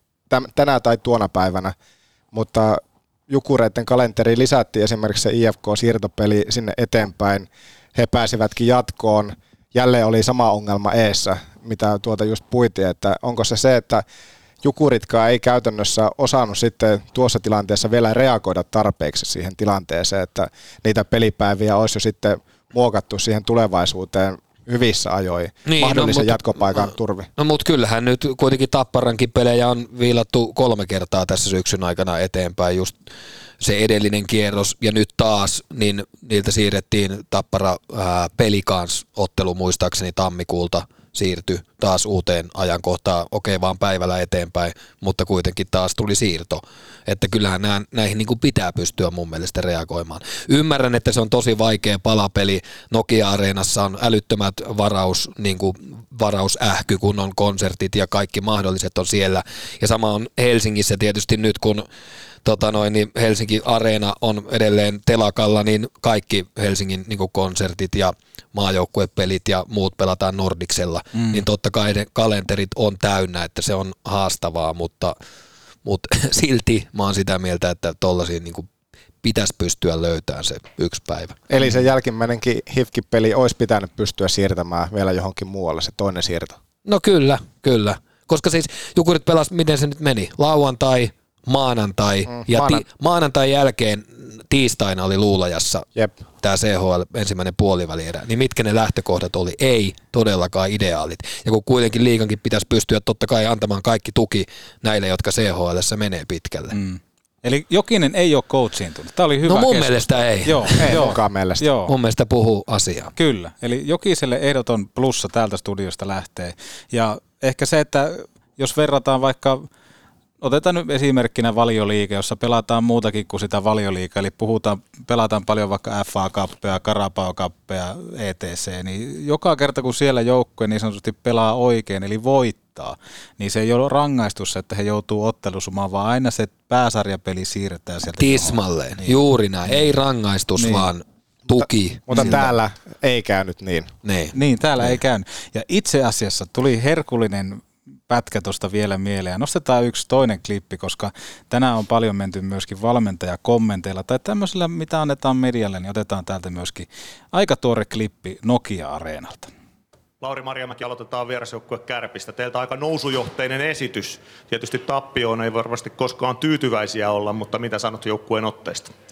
tänä tai tuona päivänä, mutta Jukureiden kalenteriin lisättiin esimerkiksi se I F K-siirtopeli sinne eteenpäin, he pääsivätkin jatkoon, jälleen oli sama ongelma eessä, mitä tuota just puitiin, että onko se se, että Jukuritkaan ei käytännössä osannut sitten tuossa tilanteessa vielä reagoida tarpeeksi siihen tilanteeseen, että niitä pelipäiviä olisi jo sitten muokattu siihen tulevaisuuteen hyvissä ajoin, niin, mahdollisen no, jatkopaikan turvi. No mutta kyllähän nyt kuitenkin Tapparankin pelejä on viilattu kolme kertaa tässä syksyn aikana eteenpäin, just se edellinen kierros ja nyt taas, niin niiltä siirrettiin Tappara ää, Pelikans ottelu muistaakseni tammikuulta, siirtyi taas uuteen ajankohtaan, okei vaan päivällä eteenpäin, mutta kuitenkin taas tuli siirto. Että kyllähän nää, näihin niin kuin pitää pystyä mun mielestä reagoimaan. Ymmärrän, että se on tosi vaikea palapeli. Nokia-areenassa on älyttömät varaus, niin kuin varausähky, kun on konsertit ja kaikki mahdolliset on siellä. Ja sama on Helsingissä tietysti nyt, kun Tota noin, niin Helsingin Areena on edelleen telakalla, niin kaikki Helsingin niin kuin konsertit ja maajoukkuepelit ja muut pelataan Nordicsella, mm. niin totta kai ne kalenterit on täynnä, että se on haastavaa, mutta, mutta silti mä oon sitä mieltä, että tollaisiin niin kuin pitäisi pystyä löytämään se yksi päivä. Eli se jälkimmäinenkin H I F K-peli olisi pitänyt pystyä siirtämään vielä johonkin muualle, se toinen siirto. No kyllä, kyllä. Koska siis Jukurit pelasi, miten se nyt meni, lauantai, maanantai mm, ja maanan... ti- maanantain jälkeen tiistaina oli Luulajassa tämä C H L ensimmäinen puolivälierä, niin mitkä ne lähtökohdat oli? Ei todellakaan ideaalit. Ja kun kuitenkin liigankin pitäisi pystyä totta kai antamaan kaikki tuki näille, jotka C H L:ssä menee pitkälle. Mm. Eli Jokinen ei ole coachiintunut. Tämä oli hyvä No mun keskustelu. mielestä ei. Joo, ei joo. munkaan mielestä. Joo. Mun mielestä puhuu asiaa. Kyllä. Eli Jokiselle ehdoton plussa täältä studiosta lähtee. Ja ehkä se, että jos verrataan vaikka, otetaan nyt esimerkkinä Valioliiga, jossa pelataan muutakin kuin sitä Valioliigaa, eli puhutaan, pelataan paljon vaikka F A-kappeja, Carabao-kappeja, et cetera, niin joka kerta kun siellä joukkue niin sanotusti pelaa oikein, eli voittaa, niin se ei ole rangaistus, että he joutuu ottelusumaan, vaan aina se pääsarjapeli siirretään sieltä. Tismalleen, niin. Juuri näin. Ei rangaistus, niin. vaan tuki. Mutta, mutta täällä ei käynyt niin. Niin, niin täällä niin. ei käynyt. Ja itse asiassa tuli herkullinen pätkä tuosta vielä mieleen. Nostetaan yksi toinen klippi, koska tänään on paljon menty myöskin valmentajakommenteilla tai tämmöisellä, mitä annetaan medialle, niin otetaan täältä myöskin aika tuore klippi Nokia-areenalta. Lauri Marjamäki, aloitetaan vierasjoukkue Kärpistä. Teiltä aika nousujohteinen esitys. Tietysti tappioon ei varmasti koskaan tyytyväisiä olla, mutta mitä sanot joukkueen otteista?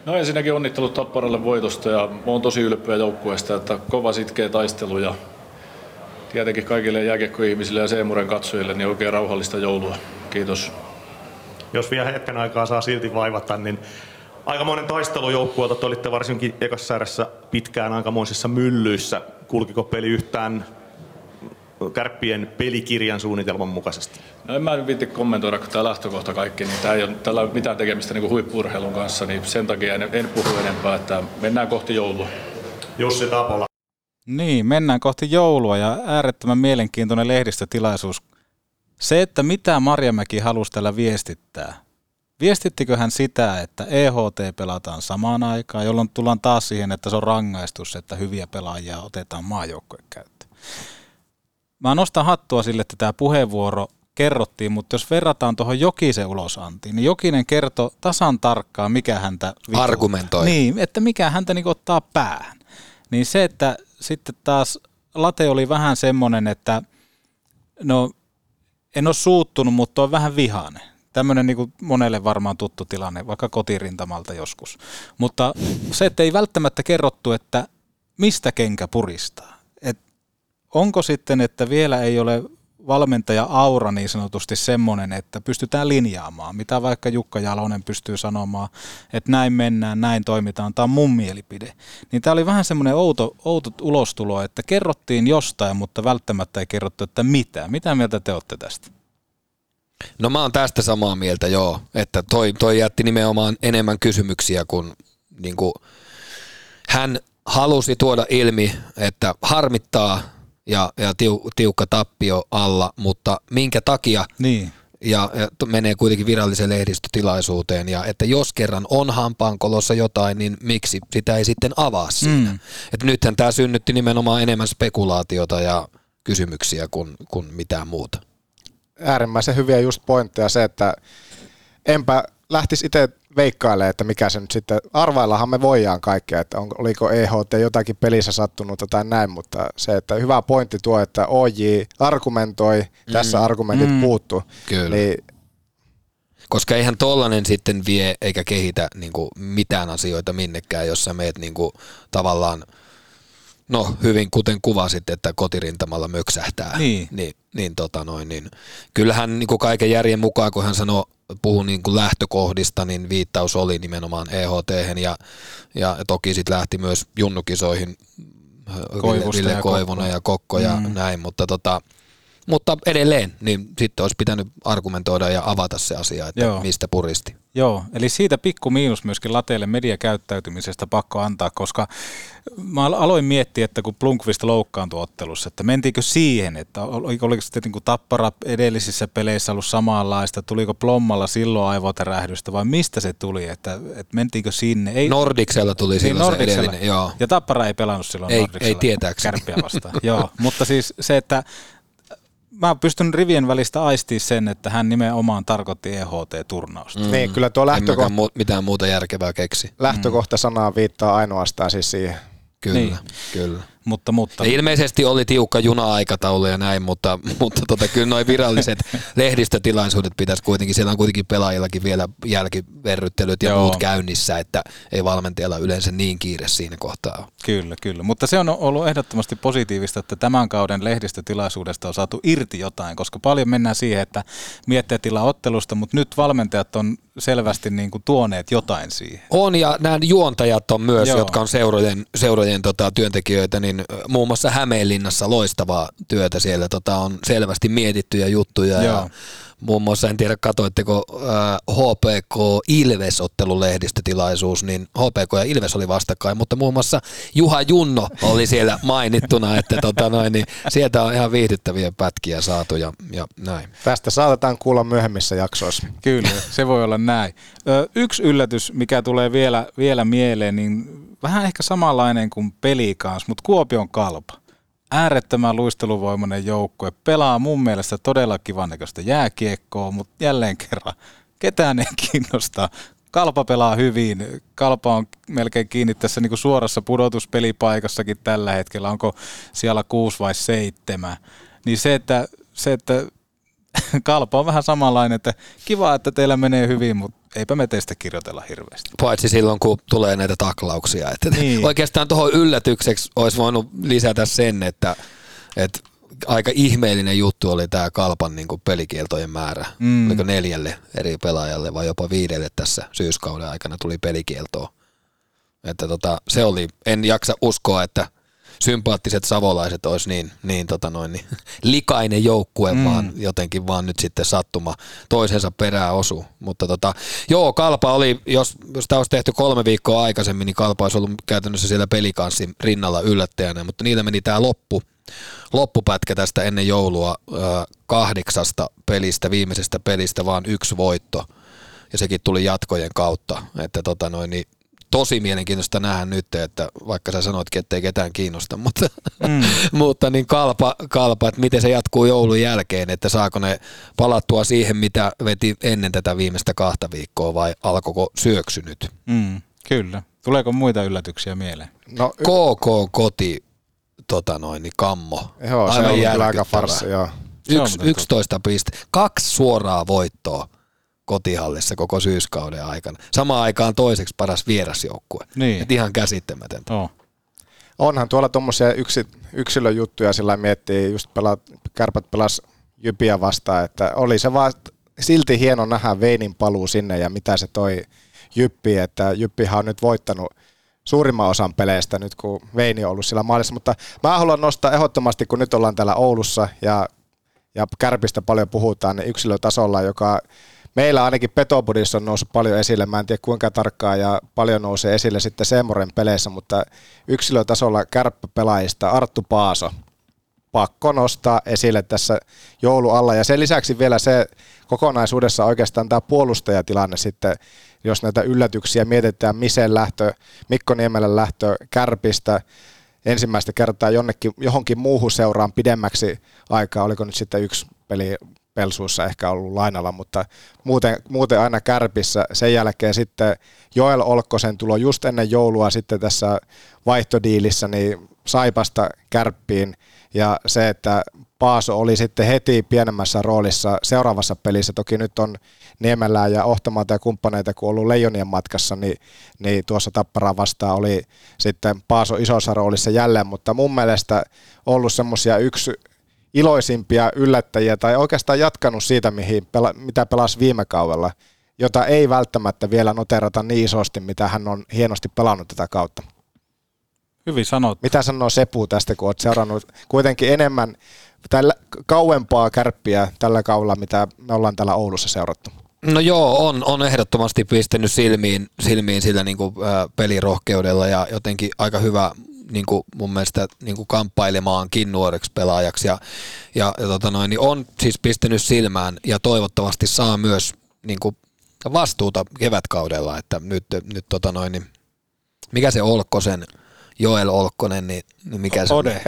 No ensinnäkin onnittelut Tapparalle voitosta ja mä oon tosi ylpeä joukkueesta, että kova sitkeä taistelu ja tietenkin kaikille jääkiekkoihmisille ja Seemuren katsojille niin oikein rauhallista joulua. Kiitos. Jos vielä hetken aikaa saa silti vaivata, niin aikamoinen taistelu joukkueelta. Te olitte varsinkin ekassa erässä pitkään aikamoisissa myllyissä. Kulkiko peli yhtään Kärppien pelikirjan suunnitelman mukaisesti? No en mä nyt viitti kommentoida, kun tämä lähtökohta kaikki, niin tää ei ole tällä mitään tekemistä niin kuin huippu-urheilun kanssa, niin sen takia en, en puhu enempää, että mennään kohti joulua. Jussi Tapola. Niin, mennään kohti joulua ja äärettömän mielenkiintoinen lehdistötilaisuus. Se, että mitä Marjamäki halusi tällä viestittää. Viestittikö hän sitä, että E H T pelataan samaan aikaan, jolloin tullaan taas siihen, että se on rangaistus, että hyviä pelaajia otetaan maajoukkojen käyttöön. Mä nostan hattua sille, että tämä puheenvuoro kerrottiin, mutta jos verrataan tuohon Jokisen ulosantiin, niin Jokinen kertoi tasan tarkkaan, mikä häntä vitu, argumentoi. Niin, että mikä häntä niin ottaa päähän. Niin se, että sitten taas Late oli vähän semmoinen, että no en ole suuttunut, mutta on vähän vihainen. Tämmöinen niin kuin monelle varmaan tuttu tilanne, vaikka kotirintamalta joskus. Mutta se, että ei välttämättä kerrottu, että mistä kenkä puristaa. Et onko sitten, että vielä ei ole valmentaja aura niin sanotusti semmoinen, että pystytään linjaamaan, mitä vaikka Jukka Jalonen pystyy sanomaan, että näin mennään, näin toimitaan, tämä on mun mielipide. Niin tämä oli vähän semmoinen outo, outo ulostulo, että kerrottiin jostain, mutta välttämättä ei kerrottu, että mitä. Mitä mieltä te olette tästä? No mä oon tästä samaa mieltä, joo, että toi, toi jätti nimenomaan enemmän kysymyksiä kuin, niin kuin hän halusi tuoda ilmi, että harmittaa ja, ja tiu, tiukka tappio alla, mutta minkä takia niin. ja, ja menee kuitenkin viralliseen lehdistötilaisuuteen ja että jos kerran on hampaankolossa jotain, niin miksi sitä ei sitten avaa siinä. Mm. Että nythän tämä synnytti nimenomaan enemmän spekulaatiota ja kysymyksiä kuin, kuin mitään muuta. Äärimmäisen hyviä just pointteja se, että enpä lähtisi itse veikkailemaan, että mikä se nyt sitten, arvaillahan me voidaan kaikkea, että on, oliko E H T jotakin pelissä sattunut tai näin, mutta se, että hyvä pointti tuo, että O J argumentoi, mm. tässä argumentit mm. puuttu. Kyllä. Niin, koska eihän tollainen sitten vie eikä kehitä niin kuin mitään asioita minnekään, jos sä meet niin kuin tavallaan, no hyvin kuten kuvasit, että kotirintamalla möksähtää, niin, niin, niin, tota noin, niin kyllähän niin kuin kaiken järjen mukaan, kun hän sanoi, puhui niin kuin lähtökohdista, niin viittaus oli nimenomaan E H T:hen ja, ja toki sitten lähti myös junnukisoihin Ville, Ville ja Koivunen ja Kokko ja mm. näin, mutta, tota, mutta edelleen niin sitten olisi pitänyt argumentoida ja avata se asia, että Joo. mistä puristi. Joo, eli siitä pikku miinus myöskin Lateelle mediakäyttäytymisestä pakko antaa, koska mä aloin miettiä, että kun Blomqvist loukkaantui ottelussa, että mentiinkö siihen, että oliko, oliko sitten niin kuin Tappara edellisissä peleissä ollut samanlaista, tuliko Plommalla silloin aivotärähdystä vai mistä se tuli, että, että mentiinkö sinne? Ei, Nordiksella tuli silloin niin, se edellinen, joo. Ja Tappara ei pelannut silloin ei, Nordiksella. Ei tietääkseni. Kärppiä vastaan, joo, mutta siis se, että mä pystyn rivien välistä aistii sen, että hän nimenomaan tarkoitti E H T-turnausta. Mm. Niin, kyllä tuo lähtökohta... Mu- mitään muuta järkevää keksi. Lähtökohta sanaa viittaa ainoastaan siis siihen. Kyllä, niin. kyllä. Mutta, mutta. Ja ilmeisesti oli tiukka juna-aikataulu ja näin, mutta, mutta tota, kyllä nuo viralliset lehdistötilaisuudet pitäisi kuitenkin, siellä on kuitenkin pelaajillakin vielä jälkiverryttelyt ja Joo. muut käynnissä, että ei valmentajalla yleensä niin kiire siinä kohtaa. Kyllä, kyllä. Mutta se on ollut ehdottomasti positiivista, että tämän kauden lehdistötilaisuudesta on saatu irti jotain, koska paljon mennään siihen, että miettii tilaa ottelusta, mutta nyt valmentajat on selvästi niin kuin tuoneet jotain siihen. On, ja nämä juontajat on myös, Joo. jotka on seurojen, seurojen tota, työntekijöitä, niin muun muassa Hämeenlinnassa loistavaa työtä siellä, tota, on selvästi mietittyjä juttuja. Joo. Ja muun muassa, en tiedä katoitteko äh, H P K Ilves-ottelun lehdistötilaisuus, niin H P K ja Ilves oli vastakkain, mutta muun muassa Juha Junno oli siellä mainittuna, että tota noin, niin sieltä on ihan viihdyttäviä pätkiä saatu ja, ja näin. Tästä saatetaan kuulla myöhemmissä jaksoissa. Kyllä, se voi olla näin. Ö, yksi yllätys, mikä tulee vielä, vielä mieleen, niin vähän ehkä samanlainen kuin peli kanssa, mutta Kuopion Kalpa. Äärettömän luisteluvoimainen joukkue, pelaa mun mielestä todella kivan näköistä jääkiekkoa, mutta jälleen kerran ketään ei kiinnostaa. Kalpa pelaa hyvin, Kalpa on melkein kiinni tässä niin kuin suorassa pudotuspelipaikassakin tällä hetkellä, onko siellä kuusi vai seitsemän. Niin se, että, se, että Kalpa on vähän samanlainen, että kiva, että teillä menee hyvin, mutta eipä me teistä kirjoitella hirveästi. Paitsi silloin, kun tulee näitä taklauksia. Että niin. Oikeastaan tuohon yllätykseksi olisi voinut lisätä sen, että, että aika ihmeellinen juttu oli tämä Kalpan niin kuin pelikieltojen määrä. Mm. Oliko neljälle eri pelaajalle vai jopa viidelle tässä syyskauden aikana tuli pelikieltoa. Että tota, se oli, en jaksa uskoa, että sympaattiset savolaiset olisi niin, niin, tota noin, niin likainen joukkue, mm. vaan jotenkin vaan nyt sitten sattuma toisensa perään osu. Mutta tota, joo, Kalpa oli, jos, jos tämä olisi tehty kolme viikkoa aikaisemmin, niin Kalpa olisi ollut käytännössä siellä pelikanssin rinnalla yllättäjänä, mutta niitä meni tämä loppu, loppupätkä tästä ennen joulua äh, kahdeksasta pelistä, viimeisestä pelistä vaan yksi voitto, ja sekin tuli jatkojen kautta, että tota noin, niin tosi mielenkiintoista nähdä nyt, että vaikka sä sanoitkin, että ei ketään kiinnosta, mutta, mm. mutta niin kalpa, kalpa, että miten se jatkuu joulun jälkeen, että saako ne palattua siihen, mitä veti ennen tätä viimeistä kahta viikkoa vai alkoiko syöksy nyt? Mm, kyllä. Tuleeko muita yllätyksiä mieleen? No, y- K K koti, tota noin, niin kammo. Joo, aivan se on kyllä aika farssi, joo. Yks, yksitoista piste, kaksi suoraa voittoa kotihallissa koko syyskauden aikana. Samaan aikaan toiseksi paras vierasjoukkue. Niin. Et ihan käsittämätöntä. Oh. Onhan tuolla tuommoisia yksi, yksilöjuttuja, sillä miettii, just pelaat, Kärpät pelas Jypiä vastaan, että oli se vaan silti hieno nähdä Veinin paluu sinne ja mitä se toi Jyppi, että Jyppihan on nyt voittanut suurimman osan peleistä nyt, kun Veini on ollut siellä maalissa, mutta mä haluan nostaa ehdottomasti, kun nyt ollaan täällä Oulussa ja, ja Kärpistä paljon puhutaan, niin yksilötasolla, joka meillä ainakin Petopodissa on noussut paljon esille, mä en tiedä kuinka tarkkaan ja paljon nousee esille sitten Seemoren peleissä, mutta yksilötasolla kärppäpelaajista Arttu Paaso, pakko nostaa esille tässä joulualla ja sen lisäksi vielä se kokonaisuudessa oikeastaan tämä puolustajatilanne sitten, jos näitä yllätyksiä mietitään, Misen lähtö, Mikko Niemelän lähtö Kärpistä ensimmäistä kertaa jonnekin, johonkin muuhun seuraan pidemmäksi aikaa, oliko nyt sitten yksi peli Pelsuissa ehkä ollut lainalla, mutta muuten, muuten aina Kärpissä. Sen jälkeen sitten Joel Olkkosen tulo just ennen joulua sitten tässä vaihtodiilissä niin Saipasta Kärppiin ja se, että Paaso oli sitten heti pienemmässä roolissa seuraavassa pelissä. Toki nyt on Niemelää ja Ohtamaata ja kumppaneita, kun on ollut Leijonien matkassa, niin, niin tuossa Tapparaa vastaan oli sitten Paaso isossa roolissa jälleen, mutta mun mielestä ollut semmoisia yksi iloisimpia yllättäjiä tai oikeastaan jatkanut siitä, mihin pela, mitä pelasi viime kaudella, jota ei välttämättä vielä noterata niin isosti, mitä hän on hienosti pelannut tätä kautta. Hyvin sanottu. Mitä sanoo Sepu tästä, kun olet seurannut kuitenkin enemmän tällä, kauempaa Kärppiä tällä kaudella, mitä me ollaan täällä Oulussa seurattu? No joo, on, on ehdottomasti pistänyt silmiin, silmiin sillä niin kuin, ä, pelirohkeudella ja jotenkin aika hyvä niin kuin mun mielestä niin kuin kamppailemaankin nuoreksi pelaajaksi ja, ja, ja tota noin, niin on siis pistänyt silmään ja toivottavasti saa myös niin kuin vastuuta kevätkaudella, että nyt, nyt tota noin, niin mikä se Olkkosen, Joel Olkkonen, niin, niin mikä se Ode.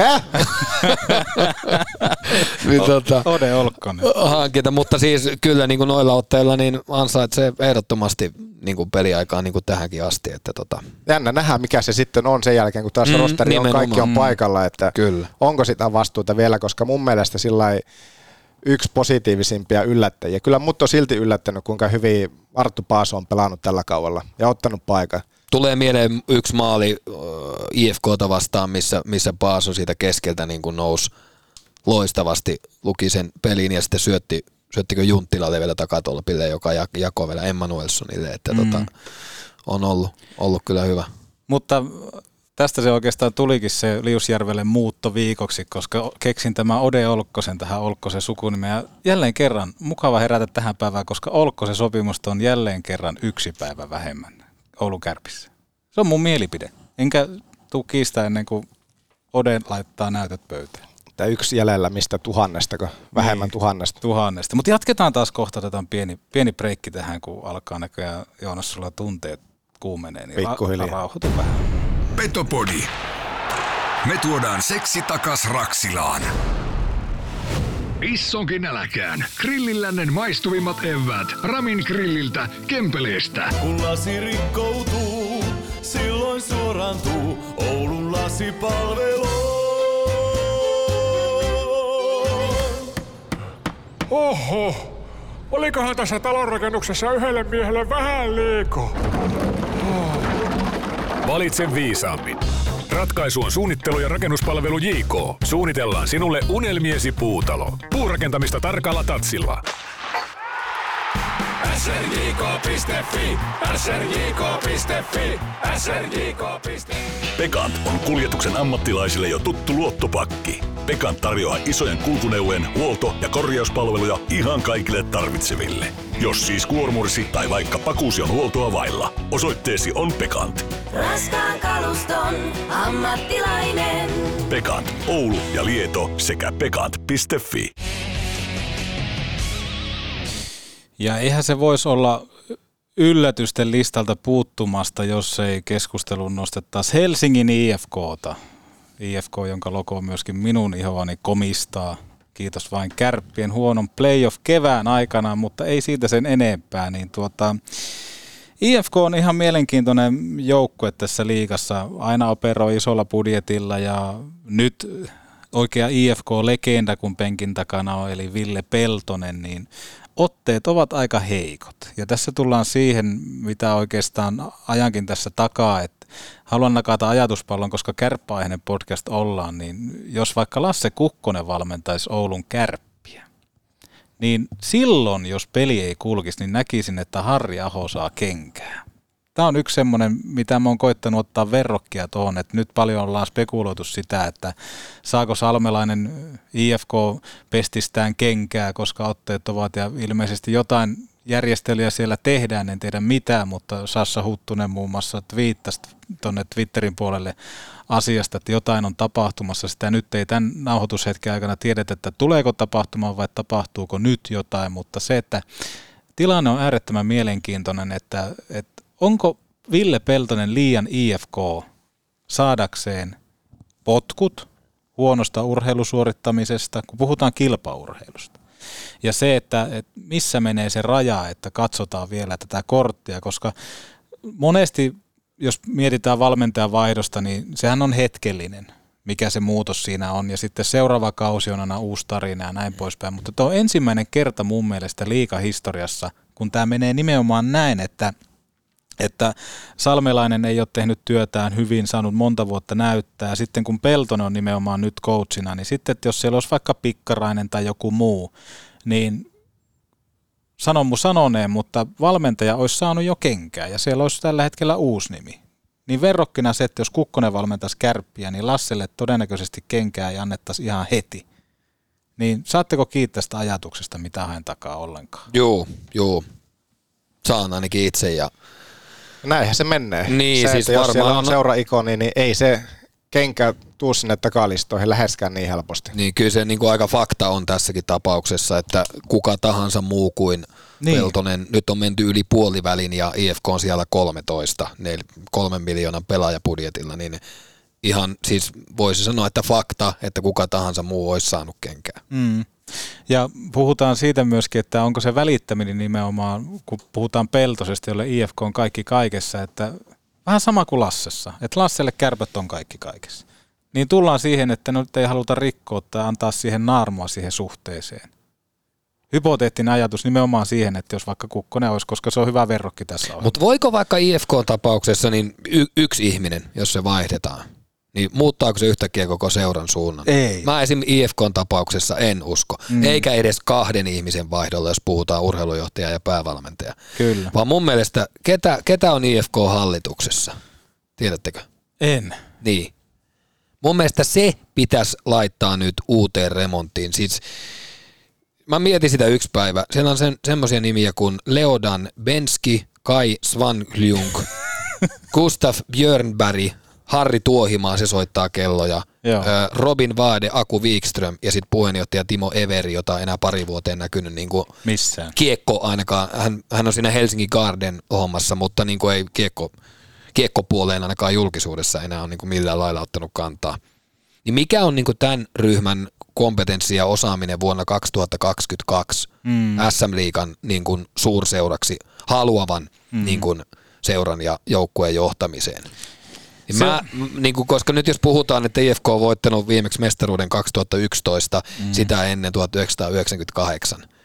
niin, tota, Ode Olkkonen. Hankinta, mutta siis kyllä niin kuin noilla otteilla niin ansaitsee ehdottomasti niin kuin peliaikaa niin kuin tähänkin asti. Että tota. Jännä nähdään, mikä se sitten on sen jälkeen, kun taas mm, rosteri on, kaikki on paikalla, että kyllä. Onko sitä vastuuta vielä, koska mun mielestä sillai yksi positiivisimpia yllättäjiä. Kyllä mut on silti yllättänyt, kuinka hyvin Arttu Paaso on pelannut tällä kaudella ja ottanut paikan. Tulee mieleen yksi maali I F K:ta vastaan, missä, missä Paaso siitä keskeltä niin kuin nousi loistavasti, luki sen pelin ja sitten syötti, syöttikö Junttilalle vielä takatolpille, joka jakoi vielä Emmanuelssonille, että mm. tota, on ollut, ollut kyllä hyvä. Mutta tästä se oikeastaan tulikin se Liusjärvelle muutto viikoksi, koska keksin tämä Ode Olkkosen tähän Olkkosen sukunimen. Ja jälleen kerran mukava herätä tähän päivään, koska Olkkosen sopimusta on jälleen kerran yksi päivä vähemmän Oulun Kärpissä. Se on mun mielipide. Enkä tuu kiistää ennen kuin Ode laittaa näytöt pöytään. Tämä yksi jäljellä mistä tuhannestako? Vähemmän niin, tuhannesta. Tuhannesta. Mutta jatketaan taas kohta, otetaan pieni, pieni breikki tähän, kun alkaa näköjään Joonas sulla tunteet kuumenee. Niin pikkuhiljaa. Rauhoitu vähän. Petopodi. Me tuodaan seksi takas Raksilaan. Issonkin nälkään. Grillillännen maistuvimmat eväät. Ramin grilliltä, Kempeleestä. Kun lasi rikkoutuu, silloin suorantuu Oulun lasipalvelu. Oho, olikohan tässä talonrakennuksessa yhdelle miehelle vähän liikaa? Valitse viisaammin. Ratkaisu on suunnittelu- ja rakennuspalvelu J K. Suunnitellaan sinulle unelmiesi puutalo. Puurakentamista tarkalla tatsilla. S R J K piste F I S R J K piste F I S R J K piste F I Pekant on kuljetuksen ammattilaisille jo tuttu luottopakki. Pekant tarjoaa isojen kulkuneuvojen huolto- ja korjauspalveluja ihan kaikille tarvitseville. Jos siis kuormursi tai vaikka pakuusi on huoltoa vailla, osoitteesi on Pekant. Raskaan kaluston ammattilainen. Pekant, Oulu ja Lieto sekä pekant piste F I. Ja eihän se voisi olla yllätysten listalta puuttumasta, jos ei keskusteluun nostettaisi Helsingin I F K:ta. I F K, jonka logo myöskin minun ihoani komistaa. Kiitos vain Kärppien huonon playoff kevään aikana, mutta ei siitä sen enempää. Niin tuota, I F K on ihan mielenkiintoinen joukkue tässä liigassa. Aina operoi isolla budjetilla ja nyt oikea I F K-legenda, kun penkin takana on, eli Ville Peltonen, niin otteet ovat aika heikot. Ja tässä tullaan siihen, mitä oikeastaan ajankin tässä takaa, että haluan nakata ajatuspallon, koska kärppäaiheinen podcast ollaan, niin jos vaikka Lasse Kukkonen valmentaisi Oulun Kärppiä, niin silloin, jos peli ei kulkisi, niin näkisin, että Harri Aho saa kenkää. Tämä on yksi semmoinen, mitä mä oon koittanut ottaa verrokkia tuohon, että nyt paljon ollaan spekuloitu sitä, että saako salmelainen I F K pestistään kenkää, koska otteet ovat ja ilmeisesti jotain järjestelyjä siellä tehdään, en tiedä mitään, mutta Sassa Huttunen muun muassa twiittasi tuonne Twitterin puolelle asiasta, että jotain on tapahtumassa. Sitä nyt ei tämän nauhoitushetken aikana tiedetä, että tuleeko tapahtumaan vai tapahtuuko nyt jotain, mutta se, että tilanne on äärettömän mielenkiintoinen, että, että onko Ville Peltonen liian I F K saadakseen potkut huonosta urheilusuorittamisesta, kun puhutaan kilpaurheilusta. Ja se, että, että missä menee se raja, että katsotaan vielä tätä korttia, koska monesti, jos mietitään valmentajan vaihdosta, niin sehän on hetkellinen, mikä se muutos siinä on. Ja sitten seuraava kausi on aina uusi tarina ja näin poispäin. Mutta tuo on ensimmäinen kerta mun mielestä liigahistoriassa, kun tämä menee nimenomaan näin, että että Salmelainen ei ole tehnyt työtään hyvin, saanut monta vuotta näyttää. Ja sitten kun Peltonen on nimenomaan nyt coachina, niin sitten, että jos siellä olisi vaikka Pikkarainen tai joku muu, niin sanon mun sanoneen, mutta valmentaja olisi saanut jo kenkää ja siellä olisi tällä hetkellä uusi nimi. Niin verrokkina se, että jos Kukkonen valmentaisi Kärppiä, niin Lasselle todennäköisesti kenkää ei annettaisi ihan heti. Niin saatteko kiittää sitä ajatuksesta, mitä haen takaa ollenkaan? Joo, joo. Saan ainakin itse ja näinhän se menee. Niin, se, siis jos siellä on on seura-ikoni, niin ei se kenkä tuu sinne takalistoihin läheskään niin helposti. Niin kyllä se niin kuin aika fakta on tässäkin tapauksessa, että kuka tahansa muu kuin niin. Peltonen, nyt on menty yli puolivälin ja I F K on siellä kolmetoista, kolmen miljoonan pelaajapudjetilla, niin ihan siis voisi sanoa, että fakta, että kuka tahansa muu olisi saanut kenkää. Mm. Ja puhutaan siitä myöskin, että onko se välittäminen nimenomaan, kun puhutaan Peltosesta, jolle I F K on kaikki kaikessa, että vähän sama kuin Lassessa, että Lasselle Kärpät on kaikki kaikessa. Niin tullaan siihen, että nyt ei haluta rikkoa tai antaa siihen naarmua siihen suhteeseen. Hypoteettinen ajatus nimenomaan siihen, että jos vaikka Kukkonen olisi, koska se on hyvä verrokki tässä. Mutta voiko vaikka I F K-tapauksessa niin y- yksi ihminen, jos se vaihdetaan, niin muuttaako se yhtäkkiä koko seuran suunnan? Ei. Mä esim. I F K-tapauksessa en usko. Mm. Eikä edes kahden ihmisen vaihdolla, jos puhutaan urheilujohtaja ja päävalmentaja. Kyllä. Vaan mun mielestä, ketä, ketä on I F K-hallituksessa? Tiedättekö? En. Niin. Mun mielestä se pitäisi laittaa nyt uuteen remonttiin. Siis mä mietin sitä yksi päivä. Siellä on sen, semmoisia nimiä kuin Leodan Benski, Kai Svanljung, Gustaf Björnberg, Harri Tuohimaa, se soittaa kelloja, Joo. Robin Vaade, Aku Wikström ja sitten puheenjohtaja Timo Everi, jota enää pari vuoteen näkynyt niin kuin missään. Kiekko ainakaan. Hän, hän on siinä Helsingin Garden hommassa, mutta niin kuin ei kiekko, kiekkopuoleen ainakaan julkisuudessa enää on niin kuin millään lailla ottanut kantaa. Niin mikä on niin kuin tämän ryhmän kompetenssi ja osaaminen vuonna kaksituhattakaksikymmentäkaksi mm. S M-liigan niin kuin suurseuraksi haluavan mm. niin kuin seuran ja joukkueen johtamiseen? Se, mä, niin kuin, koska nyt jos puhutaan, että I F K on voittanut viimeksi mestaruuden kaksituhattayksitoista, mm. sitä ennen tuhatyhdeksänsataayhdeksänkymmentäkahdeksan,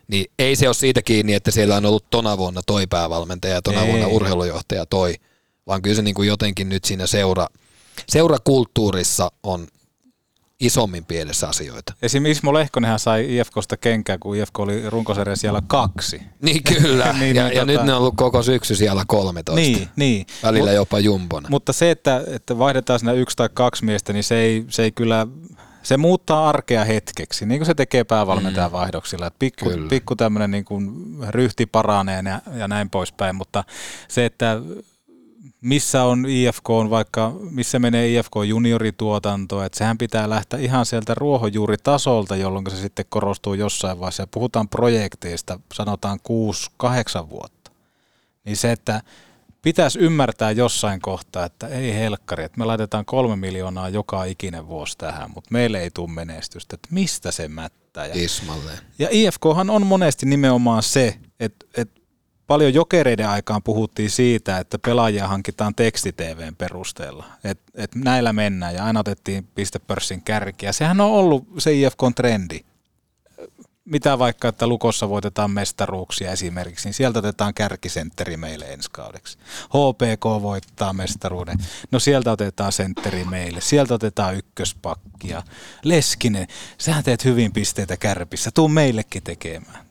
Niin ei se ole siitä kiinni, että siellä on ollut tona vuonna toi päävalmentaja ja tona ei. vuonna urheilujohtaja toi, vaan kyllä se niin kuin jotenkin nyt siinä seura, seurakulttuurissa on isommin pielessä asioita. Esimerkiksi Ismo Lehkonenhan sai I F K:sta kenkää, kun I F K oli runkosarjan siellä kaksi. Niin kyllä, niin, ja, niin, ja tota... nyt ne on ollut koko syksy siellä kolmetoista. Niin, niin. Välillä Mut, jopa jumbona. Mutta se, että, että vaihdetaan siinä yksi tai kaksi miestä, niin se ei, se ei kyllä, se muuttaa arkea hetkeksi, niin kuin se tekee päävalmentajan vaihdoksilla. Että pikku, pikku tämmöinen niin kuin ryhti paranee ja, ja näin poispäin, mutta se, että missä on I F K, vaikka missä menee I F K juniorituotanto, että sehän pitää lähteä ihan sieltä ruohonjuuritasolta, jolloin se sitten korostuu jossain vaiheessa. Ja puhutaan projekteista, sanotaan kuusi, kahdeksan vuotta. Niin se, että pitäisi ymmärtää jossain kohtaa, että ei helkkari, että me laitetaan kolme miljoonaa joka ikinen vuosi tähän, mutta meille ei tule menestystä, että mistä se mättää. Ismalleen. Ja I F Khan on monesti nimenomaan se, että, että paljon Jokereiden aikaan puhuttiin siitä, että pelaajia hankitaan teksti-tv:n perusteella, että et näillä mennään ja aina otettiin pistepörssin kärkiä. Sehän on ollut se I F K:n trendi. Mitä vaikka, että Lukossa voitetaan mestaruuksia esimerkiksi, niin sieltä otetaan kärkisentteri meille ensi kaudeksi. H P K voittaa mestaruuden, no sieltä otetaan sentteri meille, sieltä otetaan ykköspakkia. Leskinen, sähän teet hyvin pisteitä Kärpissä, tuu meillekin tekemään.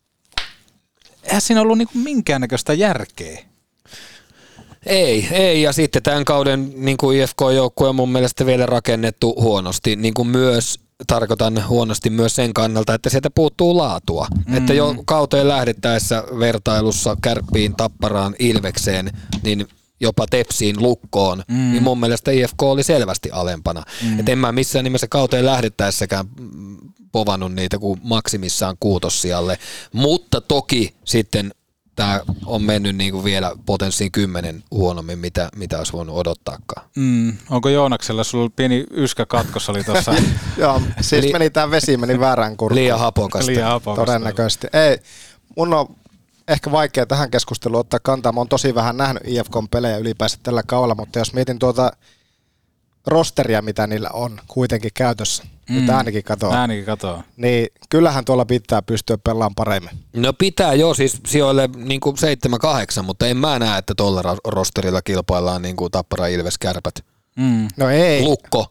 Eihän siinä ollut niinku minkäännäköistä järkeä. Ei, ei, ja sitten tämän kauden niin kuin I F K-joukkue on mun mielestä vielä rakennettu huonosti, niin kuin myös, tarkoitan huonosti myös sen kannalta, että sieltä puuttuu laatua. Mm. Että jo kauteen lähdettäessä vertailussa Kärppiin, Tapparaan, Ilvekseen, niin jopa Tepsiin, Lukkoon, mm. niin mun mielestä I F K oli selvästi alempana. Mm. Et en mä missään nimessä kauteen lähdettäessäkään povannut niitä kuin maksimissaan kuutossijalle, mutta toki sitten tämä on mennyt niin kuin vielä potenssiin kymmenen huonommin, mitä, mitä olisi voinut odottaakaan. Mm. Onko Joonaksella, sulla oli pieni yskä katkos oli tuossa? Joo, siis Li- meni tämä vesi meni väärään kurkuun. Liian hapokasta. Liian hapokasta. Todennäköisesti. Ei, mun on ehkä vaikea tähän keskusteluun ottaa kantaa. Mä oon tosi vähän nähnyt I F K:n pelejä ylipäänsä tällä kaudella, mutta jos mietin tuota rosteria, mitä niillä on kuitenkin käytössä, mm. nyt äänikin katoaa. Äänikin katoaa. Niin kyllähän tuolla pitää pystyä pelaamaan paremmin. No pitää joo, siis sijoille niin kuin seitsemän kahdeksan, mutta en mä näe, että tuolla rosterilla kilpaillaan niin kuin Tappara, Ilves, Kärpät. Mm. No ei. Lukko.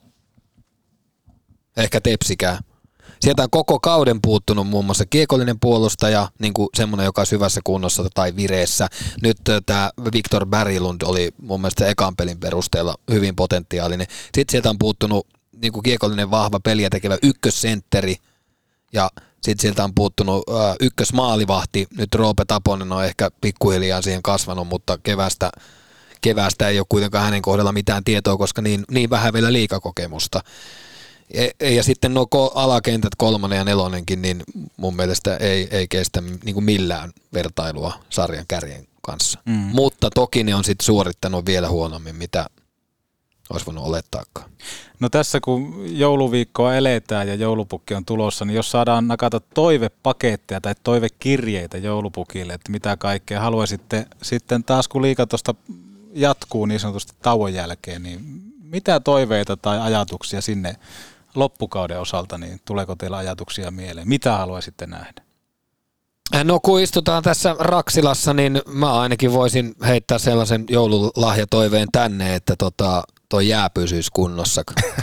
Ehkä Tepsikään. Sieltä on koko kauden puuttunut muun muassa kiekollinen puolustaja, niin kuin semmoinen, joka on hyvässä kunnossa tai vireessä. Nyt tämä Viktor Berglund oli mun mielestä ekan pelin perusteella hyvin potentiaalinen. Sitten sieltä on puuttunut niin kuin kiekollinen vahva peliä tekevä ykkössentteri ja sitten sieltä on puuttunut ää, ykkösmaalivahti. Nyt Roope Taponen on ehkä pikkuhiljaa siihen kasvanut, mutta kevästä, kevästä ei ole kuitenkaan hänen kohdalla mitään tietoa, koska niin, niin vähän vielä liigakokemusta. Ja, ja sitten nuo alakentät kolmonen ja nelonenkin, niin mun mielestä ei, ei kestä niin kuin millään vertailua sarjan kärjen kanssa. Mm. Mutta toki ne on sitten suorittanut vielä huonommin, mitä olisi voinut olettaakaan. No tässä kun jouluviikkoa eletään ja joulupukki on tulossa, niin jos saadaan nakata toivepaketteja tai toivekirjeitä joulupukille, että mitä kaikkea haluaisitte sitten taas kun liiga tuosta jatkuu niin sanotusti tauon jälkeen, niin mitä toiveita tai ajatuksia sinne loppukauden osalta, niin tuleeko teillä ajatuksia mieleen? Mitä haluaisitte nähdä? No kun istutaan tässä Raksilassa, niin mä ainakin voisin heittää sellaisen joululahjatoiveen tänne, että tota, toi jää pysyisi kunnossa.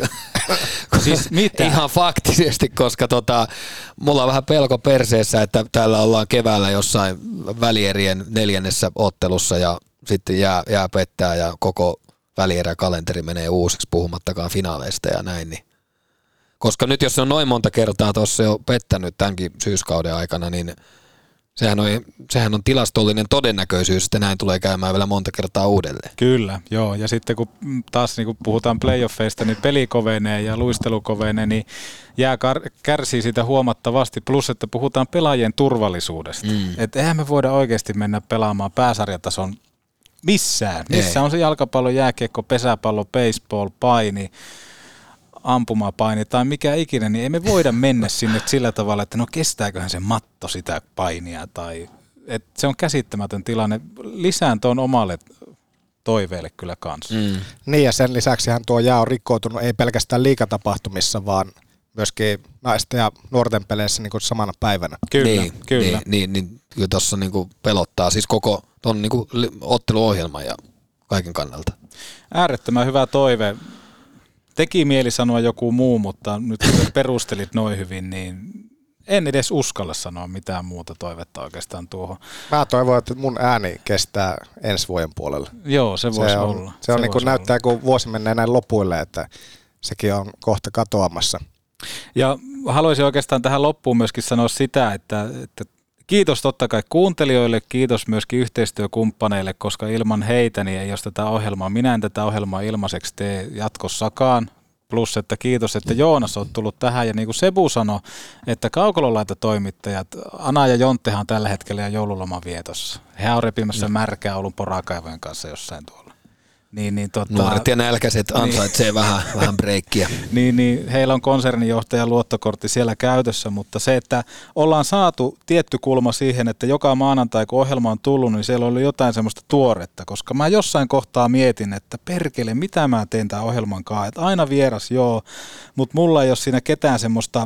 Siis mitä? Ihan faktisesti, koska tota, mulla on vähän pelko perseessä, että täällä ollaan keväällä jossain välierien neljännessä ottelussa ja sitten jää, jää pettää ja koko välieräkalenteri menee uusiksi puhumattakaan finaaleista ja näin. Niin. Koska nyt jos se on noin monta kertaa tuossa jo pettänyt tämänkin syyskauden aikana, niin sehän on, sehän on tilastollinen todennäköisyys, että näin tulee käymään vielä monta kertaa uudelleen. Kyllä, joo. Ja sitten kun taas niin kun puhutaan playoffeista, niin peli kovenee ja luistelu kovenee, niin jää kar- kärsii sitä huomattavasti. Plus, että puhutaan pelaajien turvallisuudesta. Mm. Että eihän me voida oikeasti mennä pelaamaan pääsarjatason missään. Missä Ei. on se jalkapallo, jääkiekko, pesäpallo, baseball, paini, ampumapaini tai mikä ikinä, niin ei me voida mennä sinne sillä tavalla, että no kestääköhän se matto sitä painia tai että se on käsittämätön tilanne. Lisään tuon omalle toiveelle kyllä kanssa. Mm. Niin ja sen lisäksihän tuo jää on rikkoutunut ei pelkästään liigatapahtumissa, vaan myöskin naisten ja nuorten peleissä niin kuin samana päivänä. Kyllä, niin, kyllä. Niin, niin, niin kyllä tuossa niin kuin pelottaa siis koko tuon niin kuin otteluohjelma ja kaiken kannalta. Äärettömän hyvä toive. Teki mieli sanoa joku muu, mutta nyt kun perustelit noin hyvin, niin en edes uskalla sanoa mitään muuta toivetta oikeastaan tuohon. Mä toivon, että mun ääni kestää ensi vuoden puolella. Joo, se voisi se on, olla. Se, on se niin kuin näyttää, kun vuosi menee näin lopuille, että sekin on kohta katoamassa. Ja haluaisin oikeastaan tähän loppuun myöskin sanoa sitä, että, että kiitos totta kai kuuntelijoille, kiitos myöskin yhteistyökumppaneille, koska ilman heitä niin ei ole tätä ohjelmaa. Minä en tätä ohjelmaa ilmaiseksi tee jatkossakaan. Plus, että kiitos, että Joonas on tullut tähän. Ja niin kuin Sebu sanoi, että kaukololaitatoimittajat, Ana ja Jonttehan on tällä hetkellä jo joululoman vietossa. He on repimässä märkää Oulun porakaivojen kanssa jossain tuolla. Niin, niin, tota, Nuoret ja nälkäiset ansaitsee niin, vähän, vähän breikkiä. Niin, niin, heillä on konsernijohtajan luottokortti siellä käytössä, mutta se, että ollaan saatu tietty kulma siihen, että joka maanantai kun ohjelma on tullut, niin siellä oli jotain semmoista tuoretta, koska mä jossain kohtaa mietin, että perkele, mitä mä teen tämän ohjelman kanssa, että aina vieras joo, mutta mulla ei ole siinä ketään semmoista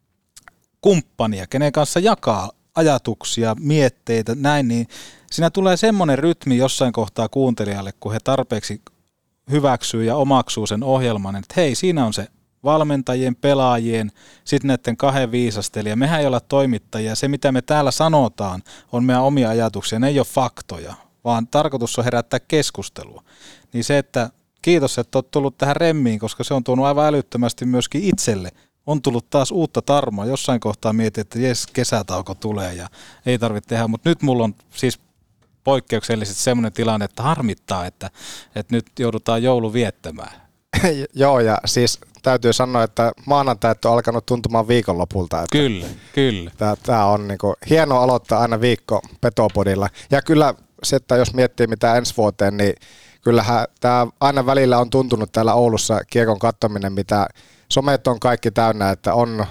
kumppania, kenen kanssa jakaa ajatuksia, mietteitä, näin, niin siinä tulee semmoinen rytmi jossain kohtaa kuuntelijalle, kun he tarpeeksi hyväksyy ja omaksuu sen ohjelman, että hei, siinä on se valmentajien, pelaajien, sitten näiden kahden viisastelija. Mehän ei olla toimittajia. Se, mitä me täällä sanotaan, on meidän omia ajatuksia. Ne ei ole faktoja, vaan tarkoitus on herättää keskustelua. Niin se, että kiitos, että olet tullut tähän remmiin, koska se on tuonut aivan älyttömästi myöskin itselle. On tullut taas uutta tarmoa. Jossain kohtaa mietin, että jes, kesätauko tulee ja ei tarvitse tehdä, mutta nyt mulla on siis poikkeuksellisesti semmoinen tilanne, että harmittaa, että, että nyt joudutaan joulu viettämään. Joo, ja siis täytyy sanoa, että maanantait on alkanut tuntumaan viikonlopulta. Että kyllä, kyllä. Tämä on niinku hienoa aloittaa aina viikko Petopodilla. Ja kyllä se, että jos miettii mitä ensi vuoteen, niin kyllähän tämä aina välillä on tuntunut täällä Oulussa kiekon katsominen, mitä somet on kaikki täynnä, että on,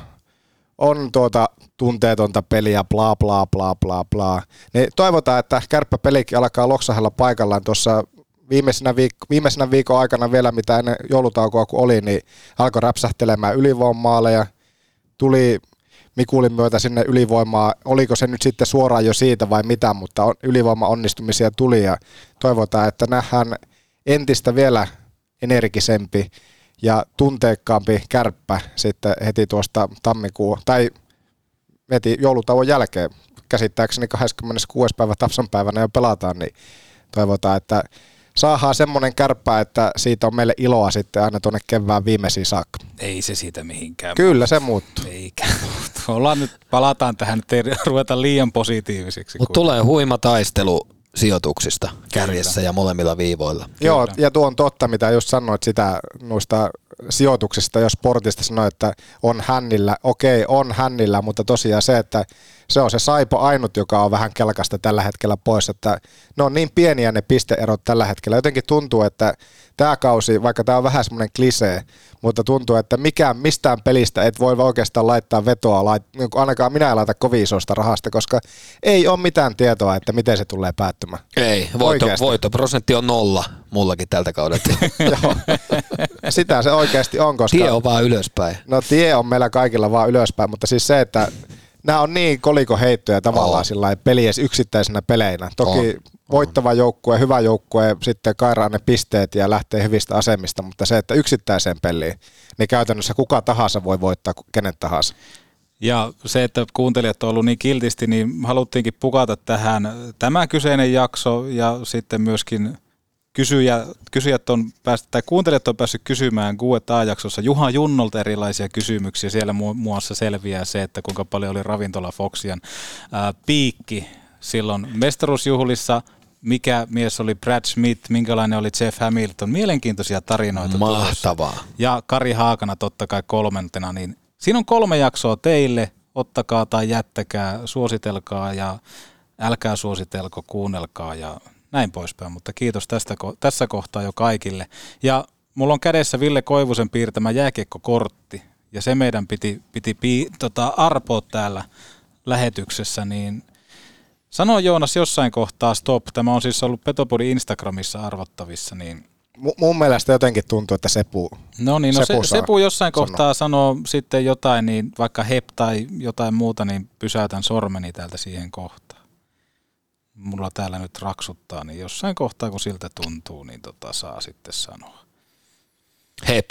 on tuota tunteetonta peliä, bla bla bla bla bla. Niin toivotaan, että kärppäpelikin alkaa loksahella paikallaan tuossa viimeisenä, viik- viimeisenä viikon aikana vielä, mitä ennen joulutaukoa kun oli, niin alkoi räpsähtelemään ylivoimaaleja. Tuli Mikulin myötä sinne ylivoimaa. Oliko se nyt sitten suoraan jo siitä vai mitä, mutta ylivoima onnistumisia tuli ja toivotaan, että nähdään entistä vielä energisempi ja tunteekkaampi Kärppä sitten heti tuosta tammikuun, tai heti joulutauon jälkeen, käsittääkseni kahdeskymmeneskuudes päivä Tapsan päivänä jo pelataan, niin toivotaan, että saadaan semmoinen Kärppä, että siitä on meille iloa sitten aina tuonne kevään viimeisiin saakka. Ei se siitä mihinkään. Kyllä se muuttuu. Eikä muuttuu. Ollaan nyt, palataan tähän, nyt ei ruveta liian positiivisiksi. Mutta tulee huima taistelu sijoituksista kärjessä Kyllä. ja molemmilla viivoilla. Kyllä. Joo, ja tuo on totta, mitä just sanoit sitä noista sijoituksista, jos sportista sanoi, että on hännillä. Okei, on hännillä, mutta tosiaan se, että se on se Saipo ainut, joka on vähän kelkasta tällä hetkellä pois, että ne on niin pieniä ne pisteerot tällä hetkellä. Jotenkin tuntuu, että tämä kausi, vaikka tämä on vähän semmoinen klisee, mutta tuntuu, että mikään, mistään pelistä et voi oikeastaan laittaa vetoa, lait, ainakaan minä en laita kovin isosta rahasta, koska ei ole mitään tietoa, että miten se tulee päättymään. Ei, voitto, voittoprosentti on nolla mullakin tältä kaudelta. Joo, sitä se oikeasti on, koska tie on vaan ylöspäin. No tie on meillä kaikilla vaan ylöspäin, mutta siis se, että nämä on niin kolikoheittoja tavallaan sillä pelies yksittäisenä peleinä. Toki on. Voittava joukkue, hyvä joukkue, sitten kairaa ne pisteet ja lähtee hyvistä asemista, mutta se, että yksittäiseen peliin, niin käytännössä kuka tahansa voi voittaa kenen tahansa. Ja se, että kuuntelijat on ollut niin kiltisti, niin haluttiinkin pukata tähän tämä kyseinen jakso ja sitten myöskin kysyjä, kysyjät on päässyt, tai kuuntelijat on päässyt kysymään Q and A-jaksossa Juha Junnolta erilaisia kysymyksiä. Siellä muun muassa selviää se, että kuinka paljon oli Ravintola Foxian ää, piikki silloin mestaruusjuhlissa, mikä mies oli Brad Smith, minkälainen oli Jeff Hamilton. Mielenkiintoisia tarinoita. Mahtavaa. Tulossa. Ja Kari Haakana totta kai kolmantena. Niin siinä on kolme jaksoa teille. Ottakaa tai jättäkää, suositelkaa ja älkää suositelko, kuunnelkaa ja näin poispäin, mutta kiitos tästä, tässä kohtaa jo kaikille. Ja mulla on kädessä Ville Koivusen piirtämä jääkiekkokortti, ja se meidän piti, piti pii, tota, arpoa täällä lähetyksessä, niin sano Joonas jossain kohtaa stop, tämä on siis ollut Petopodin Instagramissa arvottavissa, niin M- mun mielestä jotenkin tuntuu, että Sepu No niin, no Sepu, se, Sepu jossain sanoo. kohtaa sanoo sitten jotain, niin vaikka hep tai jotain muuta, niin pysäytän sormeni täältä siihen kohtaan. Mulla täällä nyt raksuttaa, niin jossain kohtaa, kun siltä tuntuu, niin tota saa sitten sanoa. Hep.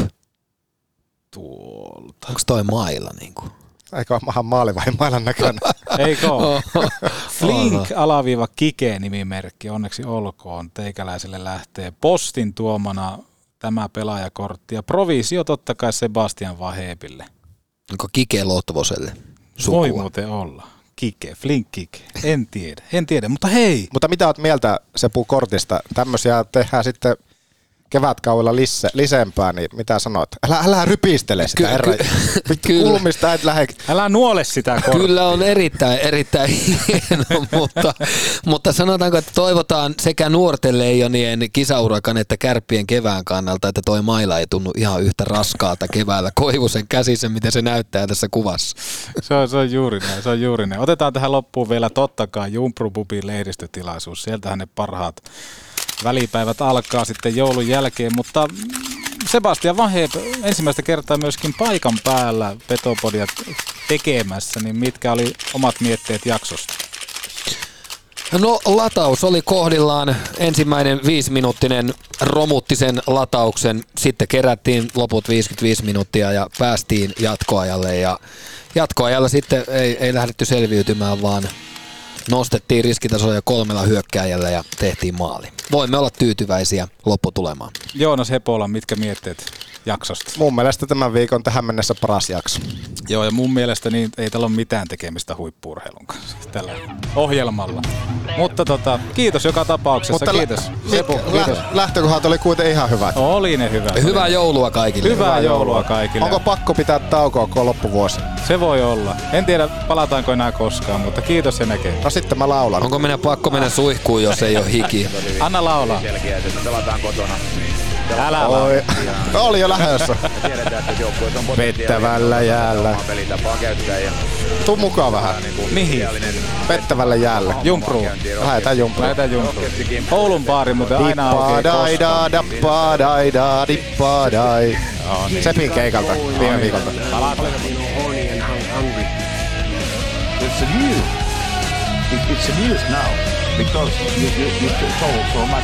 Tuolta. Onko toi maila niinku? Eikö ole mahan maali vai mailan näköinen? Eikö ole? Flink alaviiva Kike nimimerkki, onneksi olkoon. Teikäläiselle lähtee postin tuomana tämä pelaajakortti. Ja provisio totta kai Sebastian Vahepille. Onko Kike Lotvoselle sukua? Voi muuten olla. Kike, Flink Kike. En tiedä, en tiedä, mutta hei. Mutta mitä oot mieltä Sepu kortista? Tämmöisiä tehdään sitten kevätkaudella lisse, lisempää, niin mitä sanot? Älä, älä rypistele sitä, ky- herra. Ky- kulmista et lähde. Älä nuole sitä korttia. Kyllä on erittäin, erittäin hieno, mutta, mutta sanotaanko, että toivotaan sekä nuorten leijonien kisaurakan että Kärppien kevään kannalta, että toi maila ei tunnu ihan yhtä raskaalta keväällä Koivusen käsissä, miten se näyttää tässä kuvassa. Se on, se on juuri näin, se on juuri näin. Otetaan tähän loppuun vielä totta kai Jumprupubin lehdistötilaisuus. Sieltähän ne parhaat välipäivät alkaa sitten joulun jälkeen, mutta Sebastian Vahe ensimmäistä kertaa myöskin paikan päällä Petopodia tekemässä, niin mitkä oli omat mietteet jaksosta? No lataus oli kohdillaan, ensimmäinen viisiminuuttinen romutti sen latauksen, sitten kerättiin loput viisikymmentäviisi minuuttia ja päästiin jatkoajalle ja jatkoajalla sitten ei, ei lähdetty selviytymään, vaan nostettiin riskitasoja kolmella hyökkääjällä ja tehtiin maali. Voimme olla tyytyväisiä lopputulemaan. Joonas Hepola, mitkä mietteet jaksosta? Mun mielestä tämän viikon tähän mennessä paras jakso. Joo, ja mun mielestä niin ei tällä ole mitään tekemistä huippu-urheilun kanssa tällä ohjelmalla. Mutta tota, kiitos joka tapauksessa, Mutta kiitos. Lä- Sepu, kiitos. Lähtökohdat oli kuitenkin ihan hyvät. Oli ne hyvät. Hyvää joulua kaikille. Hyvää, Hyvää joulua kaikille. Onko pakko pitää taukoa koko loppuvuosi? Se voi olla. En tiedä, palataanko enää koskaan, mutta kiitos ja näkee. No sitten mä laulan. Onko meidän pakko mennä suihkuun, jos ei ole hiki? Anna laulaa. Pelataan kotona. Älä Oi. No, oli jo lähdössä. Vettävällä jäällä. Tuu mukaan vähän. Mihin? Vettävällä jäällä. Jumpruun. Lähetään jumpruun. Lähetään jumpruun. Oulun baari muuten aina aukeaa koskaan. Sepin keikalta viime viikolta. It's amused. It, it's amused now because you, you, you told so much.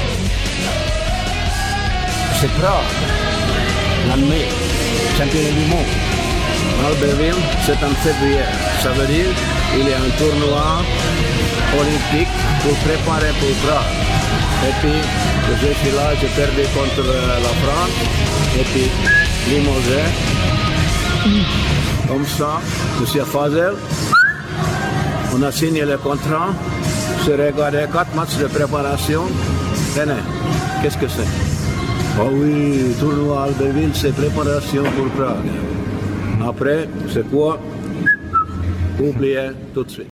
C'est Prague, l'année, championnat du monde. Albertville, c'est en février. Ça veut dire qu'il y a un tournoi olympique pour préparer pour Prague. Et puis, je suis là, j'ai perdu contre la France. Et puis, Limoges. Comme ça, je suis à Fazel. On a signé le contrat. J'ai regardé quatre matchs de préparation. Tenez, qu'est-ce que c'est? Oh oui, tournoi Albertville, c'est préparation pour Prague. Après, c'est quoi? Oubliez tout de suite.